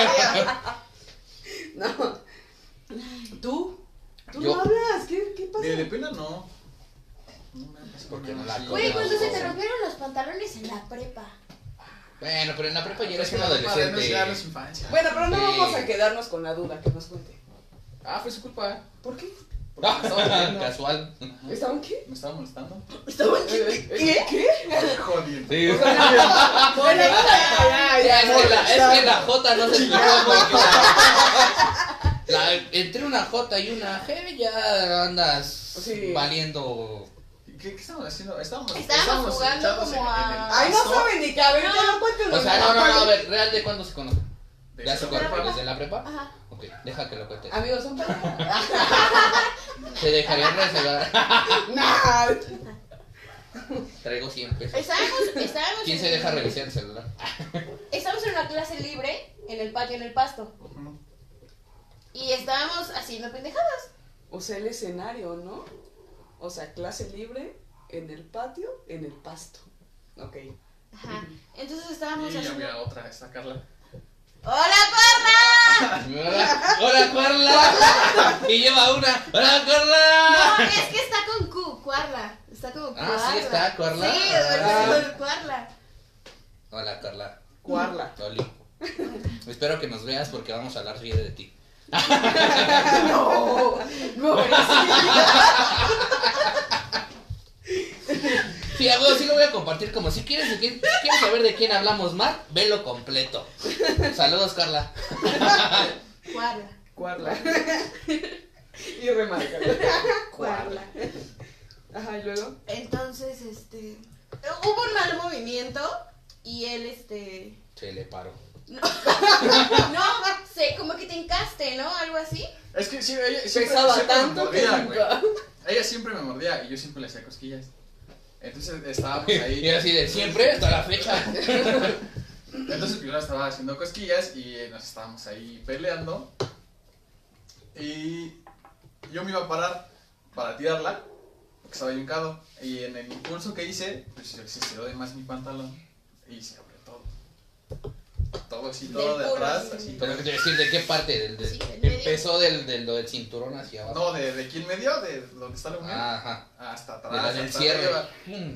Speaker 3: No. ¿Tú? ¿Tú
Speaker 2: Yo-
Speaker 3: no hablas? ¿Qué, qué pasa?
Speaker 5: De, de pena no. No me pasa
Speaker 2: Porque no
Speaker 5: nada
Speaker 2: la
Speaker 5: así.
Speaker 4: Güey, cuando se te
Speaker 2: Conozco.
Speaker 4: rompieron los pantalones en la prepa.
Speaker 2: Bueno, pero en la prepa ya eres
Speaker 5: Es que
Speaker 2: un
Speaker 5: la prepa no es- ya no es
Speaker 2: adolescente.
Speaker 5: infancia.
Speaker 3: Bueno, pero no
Speaker 2: Sí.
Speaker 3: vamos a quedarnos con la duda, que nos cuente.
Speaker 5: Ah, fue su culpa.
Speaker 3: ¿Por qué?
Speaker 5: Porque me estaba jodiendo.
Speaker 2: Casual.
Speaker 3: ¿Estaban qué?
Speaker 5: Me estaba molestando.
Speaker 4: Estaban
Speaker 3: ¿Qué? ¿Qué?
Speaker 5: Jodiendo.
Speaker 2: Sí.
Speaker 3: O sea, bueno, ya,
Speaker 2: Ya,
Speaker 3: ya,
Speaker 2: es, que la, es
Speaker 3: ya.
Speaker 2: que la J no se escuchó muy clara. La, entre una J y una G ya andas
Speaker 3: Sí.
Speaker 2: valiendo.
Speaker 5: ¿Qué, qué estábamos haciendo? Estábamos,
Speaker 4: Estábamos jugando
Speaker 5: echados
Speaker 4: como a-
Speaker 3: Ay, no
Speaker 5: pasto
Speaker 3: saben ni caber, ya no cuenten
Speaker 2: O sea, no, no, no, a ver, ¿real de cuándo se conocen?
Speaker 5: de
Speaker 2: ¿Ya se
Speaker 5: esa
Speaker 2: conocen
Speaker 5: prepa.
Speaker 2: desde la prepa?
Speaker 4: Ajá.
Speaker 2: Ok, deja que lo cuente.
Speaker 3: Amigos, son pareja.
Speaker 2: Se dejaría reservar.
Speaker 3: Nah.
Speaker 2: Traigo cien pesos.
Speaker 4: Estábamos, estábamos
Speaker 2: ¿Quién
Speaker 4: en-
Speaker 2: se deja revisar el celular?
Speaker 4: Estábamos en una clase libre en el patio, en el pasto.
Speaker 5: Ujú.
Speaker 4: Y estábamos haciendo pendejadas.
Speaker 3: O sea, el escenario, ¿no? O sea, clase libre, en el patio, en el pasto. Ok.
Speaker 4: Ajá. Entonces estábamos
Speaker 5: Y
Speaker 4: haciendo.
Speaker 5: había otra, esta Carla.
Speaker 4: ¡Hola, Carla!
Speaker 2: Hola, hola, Carla. Y lleva una. Hola, Carla.
Speaker 4: No, es que está con Q, Cuarla. Está como Cuarla.
Speaker 2: Ah, sí está, Cuarla.
Speaker 4: Sí,
Speaker 2: Ah.
Speaker 4: es Cuarla.
Speaker 2: Hola, Carla.
Speaker 3: Cuarla.
Speaker 2: Oli. Espero que nos veas porque vamos a hablar bien de ti.
Speaker 3: No, no,
Speaker 2: Sí, a huevo, sí lo voy a compartir como si quieres, si quieres, si quieres saber de quién hablamos más, velo completo. Saludos, Carla.
Speaker 4: Cuarla.
Speaker 3: Cuarla. Y remarca.
Speaker 4: Cuarla.
Speaker 3: Ajá, y luego.
Speaker 4: Entonces, este. Hubo un mal movimiento y él, este.
Speaker 2: Se le paró.
Speaker 4: No, sé, como que te encaste, ¿no? Algo así.
Speaker 5: Es que sí, ella siempre,
Speaker 3: Pesaba
Speaker 5: siempre me
Speaker 3: tanto que
Speaker 5: mordía, güey.
Speaker 3: nunca.
Speaker 5: Ella siempre me mordía y yo siempre le hacía cosquillas. Entonces estábamos
Speaker 2: Y
Speaker 5: ahí.
Speaker 2: así de siempre hasta la fecha.
Speaker 5: Entonces primero estaba haciendo cosquillas y nos estábamos ahí peleando. Y yo me iba a parar para tirarla, porque estaba ahí hincado. Y en el impulso que hice, pues se estiró de más mi pantalón y se abrió todo. Todo así, todo
Speaker 4: Del
Speaker 5: de
Speaker 4: culo,
Speaker 5: atrás,
Speaker 4: sí.
Speaker 5: así.
Speaker 2: Pero
Speaker 5: todo.
Speaker 2: que te voy a decir de qué parte, del, del-
Speaker 4: Sí, del medio.
Speaker 2: empezó del, del, del cinturón hacia abajo.
Speaker 5: No, de, de aquí en medio, de donde está la unión,
Speaker 2: Ajá.
Speaker 5: hasta
Speaker 2: De la
Speaker 5: atrás,
Speaker 2: del
Speaker 5: hasta
Speaker 2: cierre.
Speaker 5: arriba.
Speaker 2: Mm.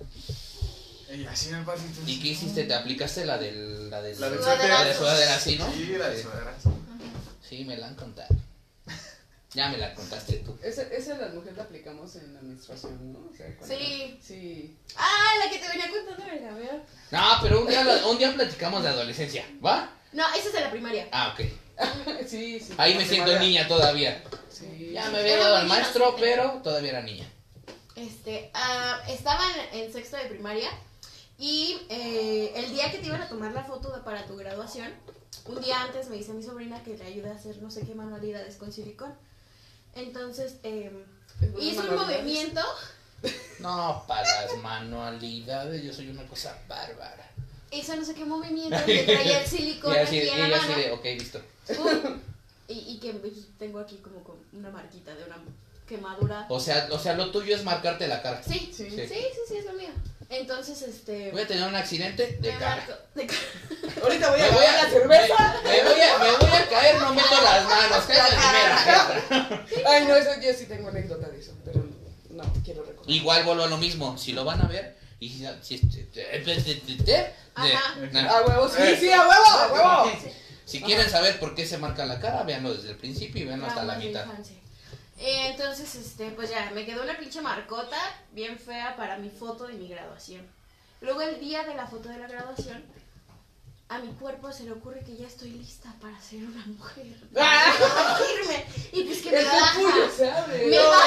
Speaker 5: Y así en el patio. entonces,
Speaker 2: ¿Y qué hiciste? ¿Te aplicaste la del la del
Speaker 5: La del
Speaker 4: Sudadera.
Speaker 2: la de sudadera así, no?
Speaker 5: Sí, la de
Speaker 2: Sí.
Speaker 5: sudadera.
Speaker 2: Sí, me la han contado. Ya me la contaste tú.
Speaker 3: Esa, esa las mujeres la aplicamos en la menstruación, ¿no? O sea, cuando-
Speaker 4: Sí.
Speaker 3: Sí.
Speaker 4: Ah, la que te venía contando el Gabriel.
Speaker 2: No, pero un día, la- un día platicamos de adolescencia, ¿va?
Speaker 4: No, esa es de la primaria.
Speaker 2: Ah, ok.
Speaker 3: Sí, sí.
Speaker 2: Ahí me siento niña todavía.
Speaker 3: Sí.
Speaker 2: Ya me había dado al maestro, pero todavía era niña.
Speaker 4: Este, ah, estaba en, en sexto de primaria y eh, el día que te iban a tomar la foto de- para tu graduación, un día antes me dice mi sobrina que le ayude a hacer no sé qué manualidades con silicón. Entonces, eh, hizo un movimiento.
Speaker 2: No, para las manualidades, yo soy una cosa bárbara.
Speaker 4: Hizo no sé qué movimiento que traía el silicón
Speaker 2: Y así,
Speaker 4: aquí
Speaker 2: y
Speaker 4: en la
Speaker 2: así
Speaker 4: mano.
Speaker 2: de, ok, listo.
Speaker 4: Pum, y, y que pues, tengo aquí como con una marquita de una quemadura.
Speaker 2: O sea, o sea, lo tuyo es marcarte la cara.
Speaker 4: Sí,
Speaker 3: Sí.
Speaker 4: sí, sí, sí, sí, es lo mío. Entonces, este.
Speaker 2: Voy a tener un accidente de
Speaker 4: me
Speaker 2: cara.
Speaker 4: marco de cara.
Speaker 3: Ahorita voy
Speaker 2: Me
Speaker 3: a
Speaker 2: voy a,
Speaker 3: agarrar la cerveza.
Speaker 2: me, me voy a, me voy a caer, no meto las manos. Cállate, mira.
Speaker 3: Ay, no, eso yo sí tengo anécdota de eso, pero no, quiero recordar.
Speaker 2: Igual vuelvo a lo mismo. Si lo van a ver, y si, si, si-
Speaker 4: Ajá.
Speaker 3: A huevo, sí, sí, a huevo, a huevo.
Speaker 2: si quieren saber por qué se marca la cara, véanlo desde el principio y véanlo hasta la
Speaker 4: Traumas de
Speaker 2: mitad.
Speaker 4: infancia. Eh, Entonces, este, pues ya, me quedó una pinche marcota bien fea para mi foto de mi graduación. Luego el día de la foto de la graduación, a mi cuerpo se le ocurre que ya estoy lista para ser una mujer.
Speaker 3: ¡Ah!
Speaker 4: Irme. Y pues que me
Speaker 3: El
Speaker 4: baja.
Speaker 3: capullo se abre.
Speaker 4: Me
Speaker 3: No.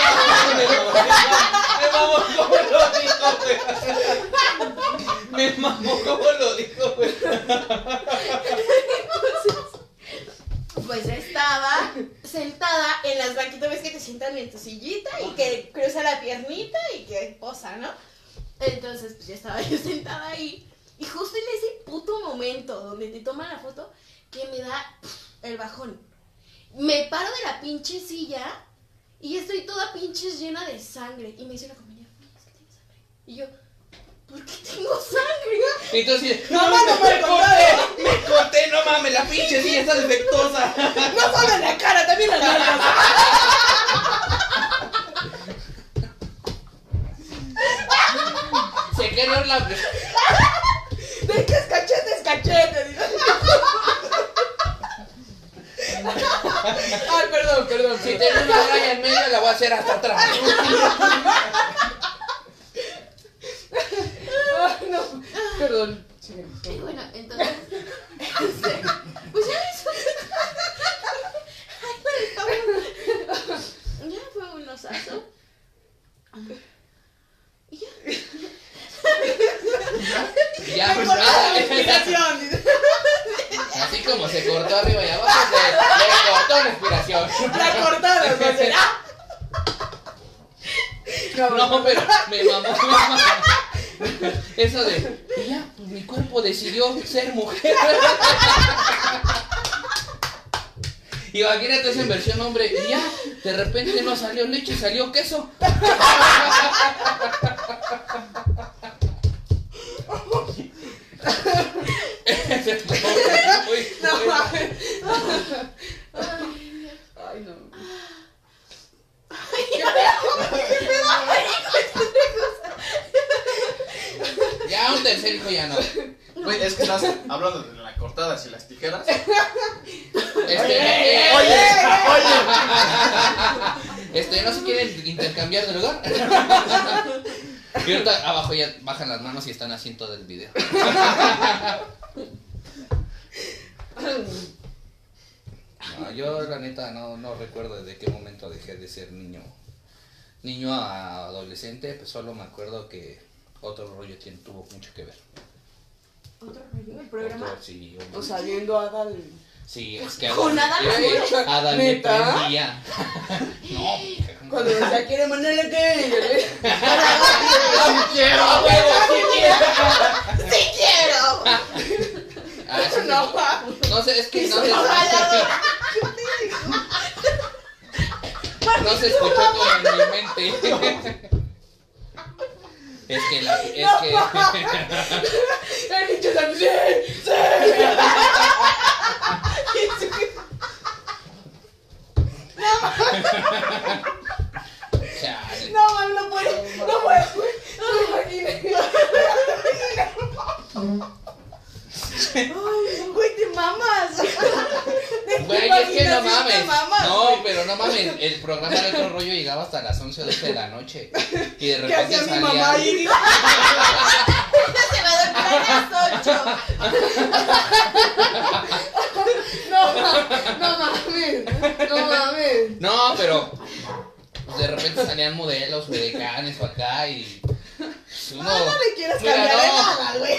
Speaker 4: baja.
Speaker 2: Me mamó como lo dijo, güey. Me mamó como lo dijo, güey.
Speaker 4: Pues estaba sentada en las banquitas, ves que te sientan en tu sillita y que cruza la piernita y que posa, ¿no? Entonces, pues ya estaba yo sentada ahí. Y justo en ese puto momento donde te toman la foto, que me da el bajón. Me paro de la pinche silla y estoy toda pinches llena de sangre. Y me dice una compañera, es que tienes sangre. Y yo, ¿por qué tengo sangre?
Speaker 2: Entonces,
Speaker 3: No, no, no,
Speaker 2: me
Speaker 3: me
Speaker 2: corté, me corté, no mames, la pinche silla está defectuosa.
Speaker 3: No solo en la cara, también en las nalgas.
Speaker 2: Se quedó la...
Speaker 3: De que es cachete, es cachete. dice. Ay, perdón, perdón.
Speaker 2: Si
Speaker 3: perdón.
Speaker 2: tengo una raya en medio, la voy a hacer hasta atrás.
Speaker 3: Ay, no. Perdón. Sí,
Speaker 4: Y bueno, entonces, este, pues ya eso. Ya fue un osazo. Y ya.
Speaker 2: Y ya,
Speaker 3: Me
Speaker 2: pues,
Speaker 3: cortaron
Speaker 2: ah,
Speaker 3: la inspiración. dice.
Speaker 2: así como se cortó arriba y abajo, se le cortó la inspiración.
Speaker 3: La cortaron, no será.
Speaker 2: No, pero me mamó, me mamó. Eso de, y ya, pues mi cuerpo decidió ser mujer. Imagínate eso en versión hombre, y ya, de repente no salió leche, salió queso. Muy
Speaker 3: No mames. Ay, no.
Speaker 2: Ya un tercer hijo ya no.
Speaker 5: Güey, es que estás hablando de las cortadas y las tijeras.
Speaker 2: Este, eh,
Speaker 5: Oye, oye.
Speaker 2: este, ¿no se quieren intercambiar de lugar? Y ahorita abajo ya bajan las manos y están así en todo el video. No, yo la neta no, no recuerdo desde qué momento dejé de ser niño. Niño a adolescente, pues solo me acuerdo que otro rollo tiene, tuvo mucho que ver.
Speaker 4: ¿Otro rollo? ¿El programa?
Speaker 2: Otro, sí, un-
Speaker 3: O sea, viendo a Adal.
Speaker 2: sí, es que
Speaker 4: Con Adal
Speaker 2: eh,
Speaker 3: Ramones.
Speaker 2: Adal me
Speaker 3: ¿Neta?
Speaker 2: prendía. No,
Speaker 3: Cuando decía, quiere mandarle que.
Speaker 5: ¡Sí quiero!
Speaker 4: ¡Sí quiero!
Speaker 2: ah, sí,
Speaker 3: No,
Speaker 2: no sé, es que no se, no se escuchó como en mi mente. Es que la, es que
Speaker 3: el bicho también. ¡Sí! ¡Sí!
Speaker 2: Chale.
Speaker 3: No, mami, no puedo. No puedo, güey. No me imaginé. Ay, güey, te mamas.
Speaker 2: Güey, es que no
Speaker 3: Imaginación, te
Speaker 2: mames.
Speaker 3: mamas,
Speaker 2: No,
Speaker 3: güey.
Speaker 2: pero no mames. El programa de otro rollo llegaba hasta las once o doce de la noche. Y de
Speaker 3: ¿Qué
Speaker 2: repente
Speaker 3: hacía mi
Speaker 2: salía.
Speaker 3: mamá ahí?
Speaker 4: Se va a dormir a las ocho.
Speaker 3: No, no mames. No mames.
Speaker 2: No, pero pues, de repente salían modelos vedecanes o acá y pues, uno,
Speaker 3: No, no le quieras
Speaker 2: mira,
Speaker 3: cambiar de
Speaker 2: no.
Speaker 3: nada, güey.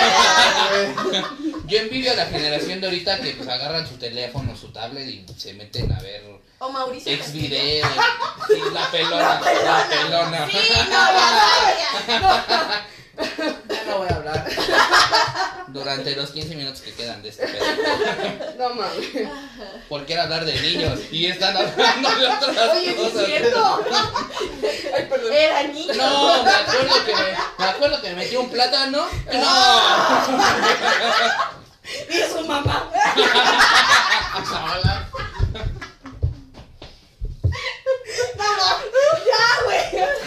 Speaker 2: Yo envidio a la generación de ahorita que pues agarran su teléfono, su tablet y se meten a ver
Speaker 4: O Mauricio.
Speaker 2: ex videos. Sí, la pelona, la pelona.
Speaker 4: Sí, no, la sabia.
Speaker 3: Ya no voy a hablar.
Speaker 2: Durante los quince minutos que quedan de este pedo.
Speaker 3: No mames.
Speaker 2: Porque era hablar de niños y están hablando de otras
Speaker 3: Oye, sí es
Speaker 2: cosas.
Speaker 3: cierto. Ay, perdón.
Speaker 4: Era niño.
Speaker 2: No, me acuerdo que me, me acuerdo que me metí un plátano. No.
Speaker 3: Y su mamá.
Speaker 2: Hola.
Speaker 3: No, ya, güey.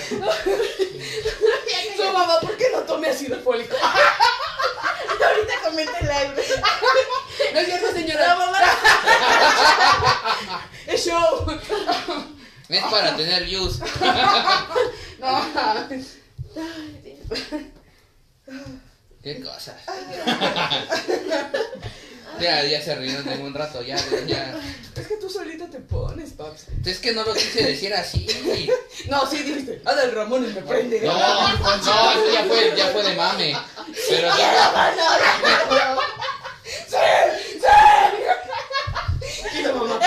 Speaker 3: Su mamá, ¿por qué no tome ácido fólico?
Speaker 4: Ahorita coméntenla, güey.
Speaker 3: No es cierto, señora.
Speaker 4: La mamá.
Speaker 3: Es show.
Speaker 2: Es para tener views.
Speaker 3: No.
Speaker 2: Qué cosas. Ya, ya se rieron de un rato, ya, ya.
Speaker 3: Es que tú solita te pones, paps.
Speaker 2: Es que no lo quise decir así.
Speaker 3: No, sí dijiste. Adal Ramones me prende.
Speaker 2: No, no, eso ya fue, ya fue de mame. Pero
Speaker 3: ¡Sí! ¡Sí! ¡Quita, mamá!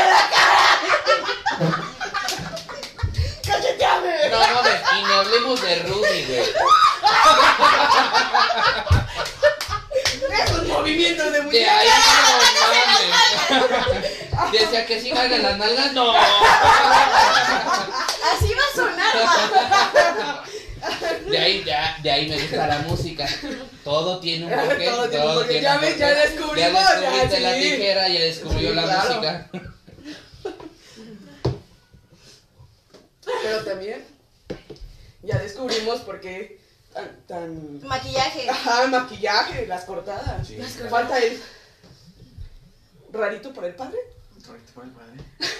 Speaker 3: ¡Cacheteame!
Speaker 2: no mames, y ni hablemos de Rudy, güey.
Speaker 3: Esos movimientos de
Speaker 2: De
Speaker 3: muñeca.
Speaker 2: ahí no mames. Decía que sí cargan las nalgas, no.
Speaker 4: Así va a sonar, mamá.
Speaker 2: De ahí, ya, de ahí me gusta la música. Todo tiene un porqué.
Speaker 3: Todo tiene un porqué.
Speaker 2: tiene
Speaker 3: Ya
Speaker 2: un
Speaker 3: ves,
Speaker 2: porqué.
Speaker 3: ya descubrimos,
Speaker 2: Ya descubriste
Speaker 3: ya,
Speaker 2: la
Speaker 3: sí.
Speaker 2: tijera, ya descubrió
Speaker 3: Sí,
Speaker 2: la
Speaker 3: claro.
Speaker 2: música.
Speaker 3: Pero también ya descubrimos por qué tan, tan...
Speaker 4: Maquillaje.
Speaker 3: Ajá, el maquillaje, las cortadas.
Speaker 2: Sí.
Speaker 4: Las cortadas.
Speaker 3: Falta el rarito por el padre.
Speaker 5: Correcto por el padre.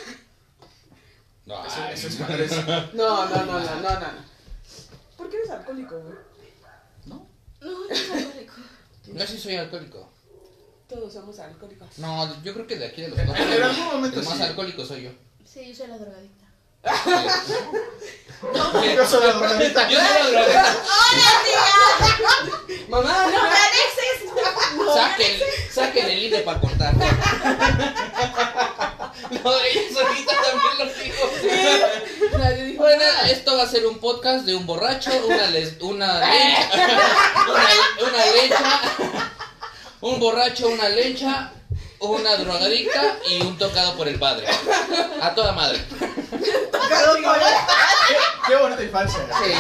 Speaker 2: No,
Speaker 5: Eso,
Speaker 2: ay,
Speaker 5: eso es padre. eso.
Speaker 3: No, no, no, no, no, no. ¿Por qué eres alcohólico, güey?
Speaker 2: no,
Speaker 4: No, no es alcohólico.
Speaker 2: yo sí soy alcohólico.
Speaker 3: Todos somos alcohólicos.
Speaker 2: No, yo creo que de aquí de los cuatro,
Speaker 5: En algún momento
Speaker 2: el más
Speaker 5: sí.
Speaker 2: alcohólico soy yo.
Speaker 4: Sí, yo soy la drogadicta.
Speaker 5: Yo soy la drogadicta.
Speaker 2: Yo soy la drogadicta.
Speaker 4: ¡Hola, tía!
Speaker 3: Mamá,
Speaker 4: ¡No me anexes!
Speaker 2: Saquen, saquen el I N E para cortar. No, ella solita también lo dijo.
Speaker 3: nadie dijo
Speaker 2: Bueno,
Speaker 3: nada.
Speaker 2: esto va a ser un podcast de un borracho, una les, una lencha, una, una lencha, un borracho, una lencha, una drogadicta y un tocado por el padre. A toda madre.
Speaker 3: Tocado por el-
Speaker 5: Qué bonita infancia.
Speaker 2: Sí.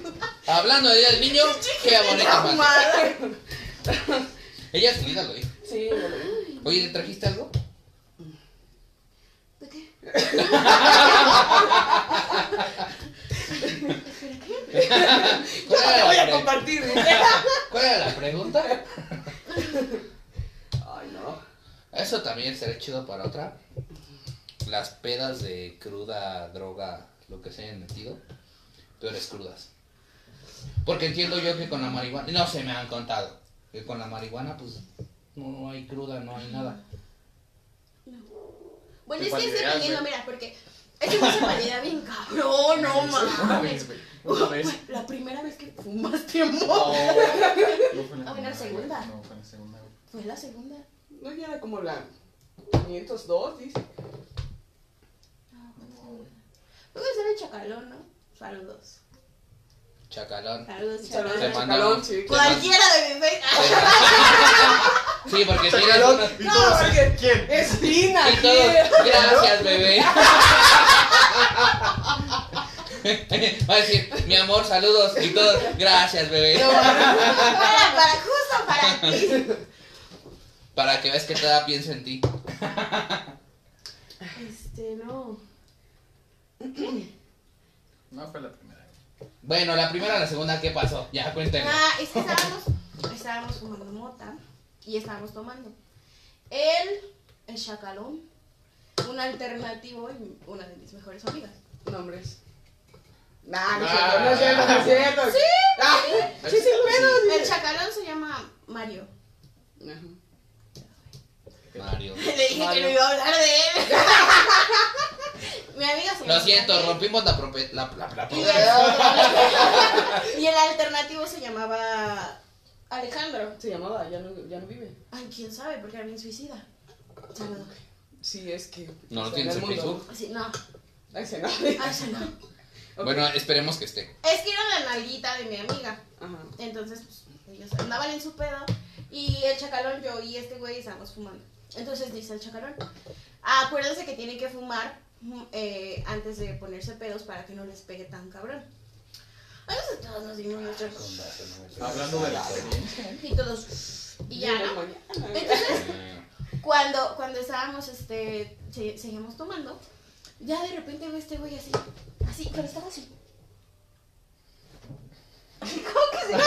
Speaker 2: Hablando de Día del Niño, qué bonita madre.
Speaker 3: Madre.
Speaker 2: Ella solita lo dijo.
Speaker 3: Sí, Sí, vale.
Speaker 2: Oye, ¿te trajiste algo?
Speaker 4: ¿De qué?
Speaker 3: Yo
Speaker 2: ¿Cuál
Speaker 3: te
Speaker 2: era
Speaker 3: voy
Speaker 2: la
Speaker 3: a
Speaker 2: pre-
Speaker 3: compartir.
Speaker 2: ¿Cuál era la pregunta?
Speaker 3: Ay, no.
Speaker 2: Eso también será chido para otra. Las pedas de cruda, droga, lo que se hayan metido, peores crudas. Porque entiendo yo que con la marihuana, no se me han contado, que con la marihuana pues no, no hay cruda, no hay nada.
Speaker 4: Bueno,
Speaker 5: Te
Speaker 4: es que es
Speaker 5: palideas,
Speaker 4: dependiendo,
Speaker 5: güey.
Speaker 4: mira, porque es que se valida bien cabrón, no
Speaker 5: Una
Speaker 4: mames.
Speaker 5: vez, güey. Una vez.
Speaker 4: Güey, la primera vez que fumaste mo.
Speaker 5: No, no fue la
Speaker 4: Ah, bueno, la
Speaker 5: primera,
Speaker 4: segunda.
Speaker 5: güey. No, fue la segunda, güey.
Speaker 4: Fue la segunda.
Speaker 3: No, ya era como la quinientos dos, dice.
Speaker 4: Ah, fue la segunda. Puede ser el chacalón, ¿no? Saludos.
Speaker 2: Chacalón.
Speaker 4: Saludos,
Speaker 3: Saludos,
Speaker 2: Se
Speaker 4: chacalón.
Speaker 2: mandó-
Speaker 3: Chacalón, sí.
Speaker 4: Cualquiera de mi face.
Speaker 2: Sí, porque tienes
Speaker 5: Chacalón,
Speaker 2: una...
Speaker 5: y
Speaker 3: No,
Speaker 5: todos,
Speaker 3: porque-
Speaker 5: ¿quién?
Speaker 3: Es Tina,
Speaker 2: Y todos, gracias, bebé. Va a decir, mi amor, saludos. Y todos, gracias, bebé.
Speaker 4: Para, para, justo para ti.
Speaker 2: Para que veas que todavía pienso en ti.
Speaker 4: Este, no.
Speaker 5: No, fue la primera, güey.
Speaker 2: Bueno, la primera, la segunda, ¿qué pasó? Ya, cuéntenme.
Speaker 4: Ah, es que estábamos, estábamos fumando mota y estábamos tomando. Él, el chacalón, un alternativo y una de mis mejores amigas.
Speaker 3: Nombres. Nah, no es cierto, no es cierto, no es cierto.
Speaker 4: Sí,
Speaker 3: Ah, sí, sí, bueno.
Speaker 4: el chacalón se llama Mario.
Speaker 3: Ajá.
Speaker 2: Mario.
Speaker 4: Le dije
Speaker 3: Mario.
Speaker 4: que no iba a hablar de él. Mi amiga se llama
Speaker 2: Lo siento,
Speaker 4: Mario.
Speaker 2: rompimos la prope... La, la, la,
Speaker 4: Y el, y el alternativo se llamaba Alejandro.
Speaker 3: Se llamaba, ya no, ya no vive.
Speaker 4: Ay, quién sabe, porque era bien suicida. Saludos.
Speaker 3: Sí, es que.
Speaker 2: ¿No lo
Speaker 3: está
Speaker 2: tienes
Speaker 3: el
Speaker 2: en
Speaker 3: mundo.
Speaker 2: Facebook?
Speaker 4: Así, no.
Speaker 3: Ay, se no.
Speaker 4: Ay, se no.
Speaker 3: Ok.
Speaker 2: Bueno, esperemos que esté.
Speaker 4: Es que era la nalguita de mi amiga.
Speaker 3: Ajá.
Speaker 4: Entonces, pues, ellos andaban en su pedo. Y el chacalón, yo y este güey estábamos fumando. Entonces dice el chacalón: acuérdense que tienen que fumar mm, eh, antes de ponerse pedos para que no les pegue tan cabrón. Entonces todos nos dimos nuestros.
Speaker 5: Hablando de la experiencia, ¿eh?
Speaker 4: Y todos. Y ya,
Speaker 3: Viene
Speaker 4: ¿no?
Speaker 3: mañana.
Speaker 4: Entonces, cuando, cuando estábamos, este, se- seguíamos tomando, ya de repente veo este güey así, así, pero estaba así. ¿Cómo que se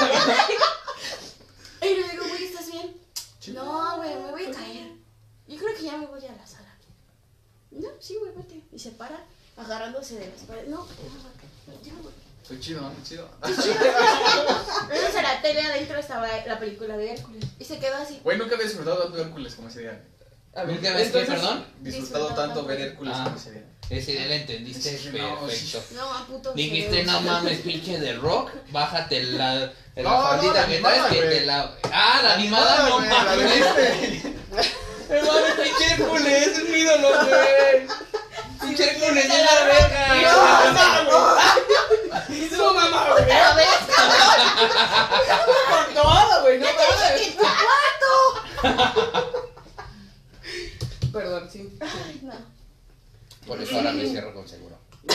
Speaker 4: Y le digo, güey, ¿estás bien? No, güey, me voy a caer. Yo creo que ya me voy a la sala. No, sí, güey, vete. Y se para, agarrándose de las paredes. No, ya, güey, ya, güey.
Speaker 5: Soy chido, ¿no? Chido.
Speaker 4: Entonces en la tele adentro estaba la película de Hércules. Y se quedó así.
Speaker 5: Güey, nunca había disfrutado tanto de Hércules como ese día.
Speaker 3: A ver,
Speaker 2: ¿Nunca ves qué,
Speaker 3: entonces-
Speaker 2: perdón?
Speaker 5: Disfrutado tanto ver Hércules
Speaker 2: Ah.
Speaker 5: como ese día.
Speaker 2: Ese día la entendiste
Speaker 5: Sí, no,
Speaker 2: perfecto.
Speaker 4: No, a puto.
Speaker 2: Dijiste,
Speaker 4: cerebro.
Speaker 2: no mames, pinche de rock, bájate la, la
Speaker 5: No,
Speaker 2: faldita
Speaker 5: no, la
Speaker 2: que traes
Speaker 5: animada,
Speaker 2: que
Speaker 5: güey.
Speaker 2: te la... Ah, la animada, no
Speaker 5: güey, la de
Speaker 2: mames.
Speaker 5: Disney.
Speaker 2: Hermano, pinche Hércules, es mi ídolo, güey. Pinche Hércules es la
Speaker 3: No,
Speaker 2: verga.
Speaker 3: no, no, mamá, güey.
Speaker 4: Pero ves, cabrón.
Speaker 3: Con todo, güey, no
Speaker 4: Ya te dije
Speaker 3: mames.
Speaker 4: que en tu cuarto.
Speaker 3: Perdón, sí.
Speaker 4: Ay, no.
Speaker 2: Por eso ahora me cierro con seguro.
Speaker 4: Y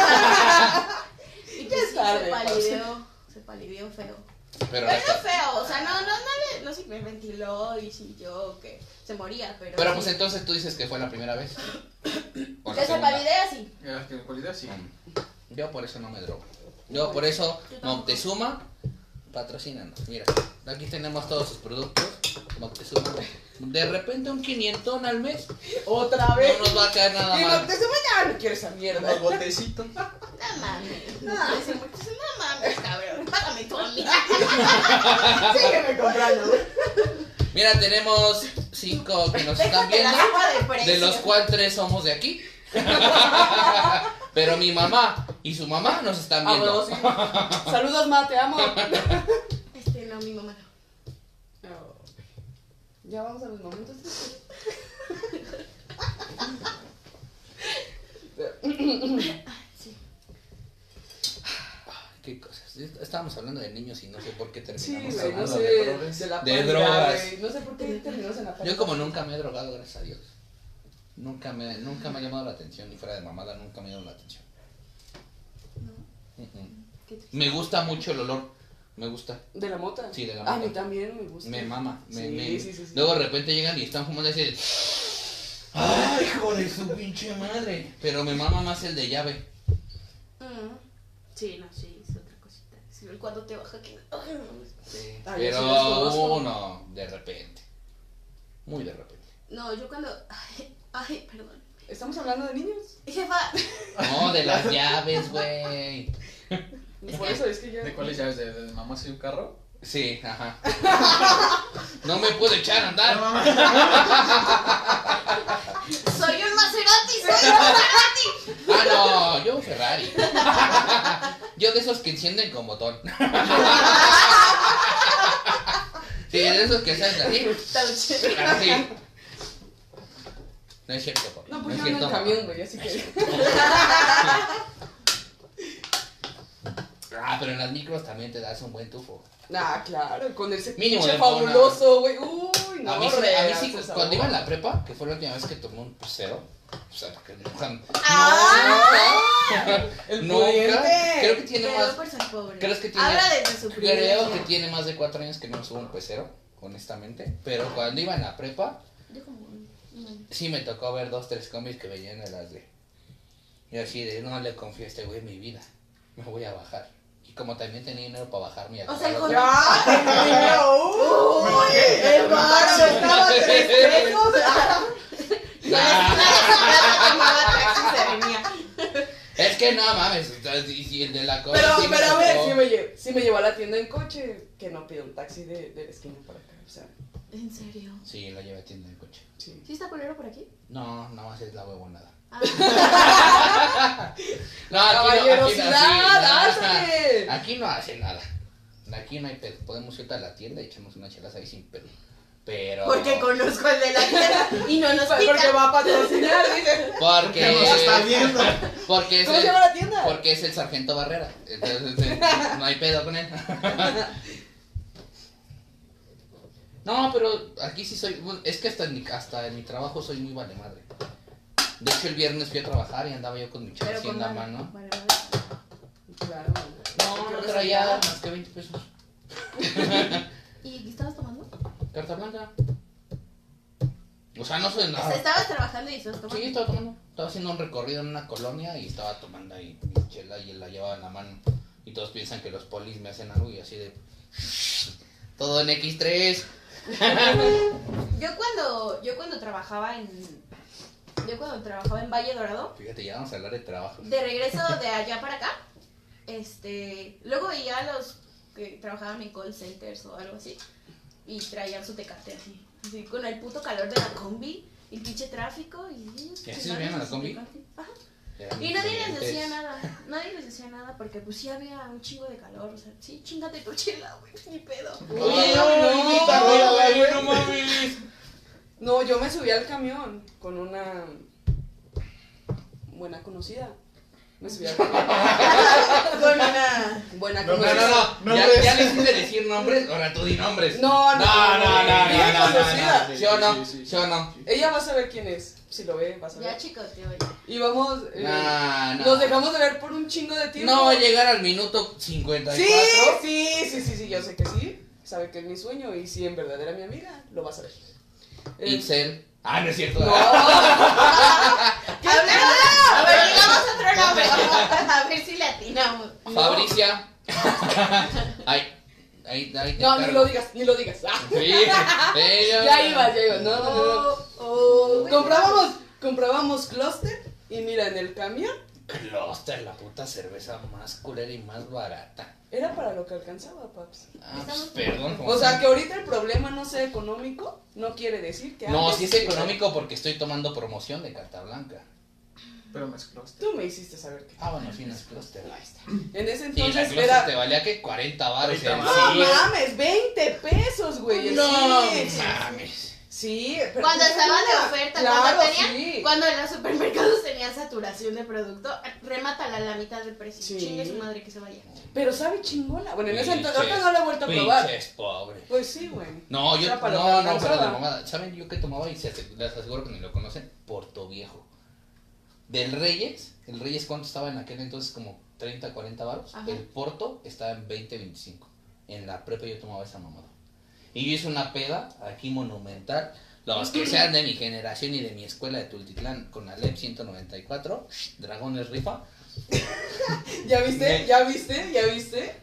Speaker 3: Ya
Speaker 4: pues
Speaker 3: es
Speaker 4: sí,
Speaker 3: tarde,
Speaker 4: se palideó. Se palideó feo.
Speaker 2: Pero
Speaker 4: Pero
Speaker 2: la-
Speaker 4: no feo, o sea, no, no, no, le- no se hiperventiló y si yo que se moría, pero.
Speaker 2: Pero
Speaker 4: sí.
Speaker 2: pues entonces tú dices que fue la primera vez. O la
Speaker 4: Que se
Speaker 2: segunda.
Speaker 4: palidea, sí.
Speaker 5: Ya, que en cualidad sí.
Speaker 2: Mm. Yo por eso no me drogo. Yo por eso, Moctezuma, patrocínanos. Mira, aquí tenemos todos sus productos. Moctezuma. De repente un quinientón al mes.
Speaker 3: Otra
Speaker 2: No
Speaker 3: vez.
Speaker 2: nos va a caer nada
Speaker 3: Y
Speaker 2: mal.
Speaker 3: no te se ya no quiero esa mierda.
Speaker 5: Unos botecitos.
Speaker 4: No mames. No, no mames, cabrón. Págame tú a mí.
Speaker 3: Sígueme comprando.
Speaker 2: Mira, tenemos cinco que nos están
Speaker 4: Déjate la
Speaker 2: viendo.
Speaker 4: sopa de precio.
Speaker 2: De los cuales tres somos de aquí. Pero mi mamá y su mamá nos están
Speaker 3: Ah,
Speaker 2: viendo.
Speaker 3: bueno, sí. Saludos, ma, te amo.
Speaker 4: Este, no, mi mamá no.
Speaker 3: Oh. Ya vamos a los momentos.
Speaker 4: Sí.
Speaker 2: Qué cosas. Estábamos hablando de niños y no sé por qué
Speaker 3: Sí,
Speaker 2: terminamos
Speaker 3: güey, no
Speaker 2: hablando
Speaker 3: sé.
Speaker 2: de drogas.
Speaker 3: De la
Speaker 2: De
Speaker 3: pálida,
Speaker 2: drogas.
Speaker 3: güey. No sé por qué terminamos en la pálida.
Speaker 2: Yo como nunca me he drogado, gracias a Dios. Nunca me, nunca me ha llamado la atención, ni fuera de mamada, nunca me ha llamado la atención.
Speaker 4: No,
Speaker 2: Uh-uh.
Speaker 4: qué triste.
Speaker 2: Me gusta mucho el olor Me gusta.
Speaker 3: ¿De la mota?
Speaker 2: Sí, de la
Speaker 3: A
Speaker 2: mota.
Speaker 3: mí también me gusta.
Speaker 2: Me mama. Me,
Speaker 3: Sí,
Speaker 2: me-
Speaker 3: sí, sí, sí.
Speaker 2: Luego de repente llegan y están fumando y dicen, ¡ay, hijo de su pinche madre! Pero me mama más el de llave.
Speaker 4: Mm. Sí, no, sí, es otra cosita. Sí, cuando te baja que... Ay, no,
Speaker 2: Sí.
Speaker 3: Ah, yo
Speaker 2: Pero
Speaker 3: sí los conozco.
Speaker 2: uno, de repente. Muy de repente.
Speaker 4: no, yo cuando... Ay, ay, perdón.
Speaker 3: ¿Estamos hablando de niños?
Speaker 4: Jefa,
Speaker 2: No, de las llaves, güey.
Speaker 3: Por eso es que ya...
Speaker 5: ¿De cuáles llaves? ¿De, de mamá soy un carro?
Speaker 2: Sí, ajá. No me puedo echar a andar.
Speaker 4: soy un Maserati, soy un Maserati.
Speaker 2: Ah, no, yo un Ferrari. Yo de esos que encienden con botón. Sí, de esos que salen así.
Speaker 4: Tauche.
Speaker 2: Así. No es cierto, papi.
Speaker 3: No, pues
Speaker 2: es
Speaker 3: yo ando en
Speaker 2: cierto.
Speaker 3: camión, güey, así que...
Speaker 2: Ah, pero en las micros también te das un buen tufo.
Speaker 3: Ah, claro, con ese
Speaker 2: Mínimo
Speaker 3: pinche
Speaker 2: le pongo
Speaker 3: fabuloso, güey. Uy, no,
Speaker 2: A mí sí, a mí
Speaker 3: real,
Speaker 2: sí,
Speaker 3: ese sabor.
Speaker 2: cuando iba en la prepa, que fue la última vez que tomé un cero, o sea, porque nunca,
Speaker 3: Ah, el
Speaker 2: nunca,
Speaker 3: pudiente.
Speaker 2: creo que tiene
Speaker 4: Pero
Speaker 2: más,
Speaker 4: por ser pobre.
Speaker 2: ¿crees que tiene-
Speaker 4: Habla desde su privilegio.
Speaker 2: creo que tiene más de cuatro años que no subo un pecero, honestamente, pero cuando iba en la prepa,
Speaker 4: Yo como... no.
Speaker 2: sí me tocó ver dos, tres combis que venían de las de, y así de, no le confío a este güey mi vida, me voy a bajar, y como también tenía dinero para bajarme y a
Speaker 4: O sea, el
Speaker 2: comprar
Speaker 4: joven-
Speaker 2: otro-
Speaker 3: ¡Ah, dinero! ¡Uy! ¡El bar estaba a tres pesos!
Speaker 2: es que no mames, o sea, y si el de la combi
Speaker 3: Pero,
Speaker 2: sí me
Speaker 3: pero a ver,
Speaker 2: tocó.
Speaker 3: si me, lle- si me llevó a la tienda en coche, que no pido un taxi de, de la esquina para acá, o sea,
Speaker 4: ¿En serio?
Speaker 2: Sí, lo llevé a tienda de coche.
Speaker 3: sí.
Speaker 4: ¿Sí está culero por aquí?
Speaker 2: No, nada más es la huevonada.
Speaker 4: Ah,
Speaker 2: No, aquí no, aquí no,
Speaker 3: ¡Caballerosidad!
Speaker 2: sí,
Speaker 3: ¡Hazle!
Speaker 2: no, aquí no hace nada. Aquí no hay pedo. Podemos ir a la tienda y echamos unas chelas ahí sin pedo. Pero.
Speaker 4: porque conozco al de la tienda y no nos
Speaker 3: Porque
Speaker 4: pica.
Speaker 3: va a patrocinar, dice.
Speaker 2: Porque.
Speaker 5: ¿Qué nos está viendo?
Speaker 2: Porque es
Speaker 3: ¿Cómo se
Speaker 2: el,
Speaker 3: llama la tienda?
Speaker 2: porque es el sargento Barrera. Entonces, eh, no hay pedo con él. No, pero aquí sí soy. Bueno, es que hasta en, mi, hasta en mi trabajo soy muy vale madre. De hecho, el viernes fui a trabajar y andaba yo con mi chela
Speaker 4: Pero
Speaker 2: así
Speaker 4: con
Speaker 2: en la
Speaker 4: madre.
Speaker 2: mano.
Speaker 4: Vale, madre.
Speaker 3: Claro.
Speaker 2: No, no traía más que veinte pesos.
Speaker 4: ¿Y qué estabas tomando?
Speaker 2: Carta blanca. O sea, no soy
Speaker 4: O sea,
Speaker 2: nada.
Speaker 4: estabas trabajando y estabas tomando.
Speaker 2: Sí, estaba tomando. Estaba haciendo un recorrido en una colonia y estaba tomando ahí mi chela y él la llevaba en la mano. Y todos piensan que los polis me hacen algo y así de. Todo en equis tres.
Speaker 4: Yo cuando, yo cuando trabajaba en, yo cuando trabajaba en Valle Dorado,
Speaker 2: Fíjate, ya vamos a hablar de trabajo.
Speaker 4: de regreso de allá para acá, este, luego veía a los que trabajaban en call centers o algo así y traían su Tecate así, así con el puto calor de la combi, el pinche tráfico y
Speaker 2: ¿Y así se veían a la
Speaker 4: su
Speaker 2: combi?
Speaker 4: Tecate. Ajá.
Speaker 2: Eran
Speaker 4: Y nadie les
Speaker 2: diferentes.
Speaker 4: decía nada, nadie les decía nada porque pues sí había un chingo de calor, o sea, sí, chingate tu chela, güey, ni pedo.
Speaker 2: Ay,
Speaker 3: no,
Speaker 2: invítame, güey,
Speaker 3: güey.
Speaker 2: no mames.
Speaker 3: No, yo me subí al camión con una buena conocida. Me subí al camión.
Speaker 4: Con una...
Speaker 3: Buena
Speaker 2: No, no,
Speaker 3: conocida.
Speaker 2: no, no. Ya,
Speaker 5: Nombres.
Speaker 2: ya le hiciste decir nombres, ahora tú di nombres.
Speaker 3: No, no,
Speaker 2: No, no, no,
Speaker 3: Bien
Speaker 2: no, no, no,
Speaker 3: conocida.
Speaker 2: no. ¿Sí o no?
Speaker 5: Sí, sí, sí.
Speaker 2: ¿Sí o no?
Speaker 3: Ella va a saber quién es. Si lo ve, va a
Speaker 4: Ya
Speaker 3: saber.
Speaker 4: chicos, te oye.
Speaker 3: Y vamos. eh,
Speaker 2: Nah, nah.
Speaker 3: Nos dejamos de ver por un chingo de tiempo.
Speaker 2: No va a llegar al minuto cincuenta y
Speaker 3: Sí,
Speaker 2: cuatro.
Speaker 3: sí, sí, sí, sí, yo sé que sí. Sabe que es mi sueño y si en verdad era mi amiga, lo va a saber. Eh,
Speaker 2: Itzel. Ah, no es cierto.
Speaker 3: No.
Speaker 4: Hablemos, a ver, digamos otro nombre. A ver si le atinamos.
Speaker 2: Fabricia. Ay, ahí, ahí te
Speaker 3: No, ni
Speaker 2: encargo.
Speaker 3: lo digas, ni lo digas. Ah.
Speaker 2: Sí, ella-
Speaker 3: Ya ibas, ya ibas. No, no, no, no.
Speaker 4: Oh,
Speaker 3: Comprábamos, comprábamos Cluster y mira, en el camión
Speaker 2: Cluster, la puta cerveza más culera y más barata.
Speaker 3: era para lo que alcanzaba, paps.
Speaker 2: Ah, pues, perdón. como
Speaker 3: O sea,
Speaker 2: si-
Speaker 3: que ahorita el problema no sea económico, no quiere decir que
Speaker 2: No,
Speaker 3: antes
Speaker 2: sí es
Speaker 3: sí,
Speaker 2: económico porque estoy tomando promoción de carta blanca.
Speaker 5: Pero mezclaste.
Speaker 3: Tú me hiciste saber que.
Speaker 2: Ah, bueno, sí, no es Cluster. Ahí está.
Speaker 3: En ese
Speaker 2: Y la
Speaker 3: entonces
Speaker 2: Cluster
Speaker 3: era.
Speaker 2: te valía que cuarenta baros.
Speaker 5: cuarenta
Speaker 3: No
Speaker 2: Sí.
Speaker 3: mames, veinte pesos, güey.
Speaker 2: No
Speaker 3: sí,
Speaker 2: mames.
Speaker 3: Sí, pero
Speaker 4: Cuando
Speaker 3: tú
Speaker 4: estaban de
Speaker 3: mira,
Speaker 4: oferta,
Speaker 3: claro,
Speaker 4: cuando tenían,
Speaker 3: sí.
Speaker 4: cuando en los supermercados tenían saturación de producto, remátala a la mitad del precio.
Speaker 3: Sí.
Speaker 4: Chingue su madre que se vaya.
Speaker 3: Pero sabe chingona. Bueno, en ese entonces,
Speaker 2: Pinches-
Speaker 3: ahorita no la he vuelto a probar.
Speaker 2: Pinches pobres.
Speaker 3: Pues sí, güey.
Speaker 2: No, yo
Speaker 3: Era para lo
Speaker 2: no,
Speaker 3: que
Speaker 2: no, pero de
Speaker 3: alcanzaba.
Speaker 2: mamada. ¿Saben yo qué tomaba? Y se ase- les aseguro que ni lo conocen. Porto Viejo. Del Reyes, el Reyes cuánto estaba en aquel entonces, como treinta, cuarenta baros.
Speaker 4: Ajá.
Speaker 2: El Porto estaba en veinte, veinticinco. en la prepa yo tomaba esa mamada. Y yo hice una peda aquí monumental. Los que sean de mi generación y de mi escuela de Tultitlán con la L E P ciento noventa y cuatro, Dragones Rifa.
Speaker 3: ¿Ya viste?
Speaker 2: Me-
Speaker 3: ¿Ya viste? ¿Ya viste?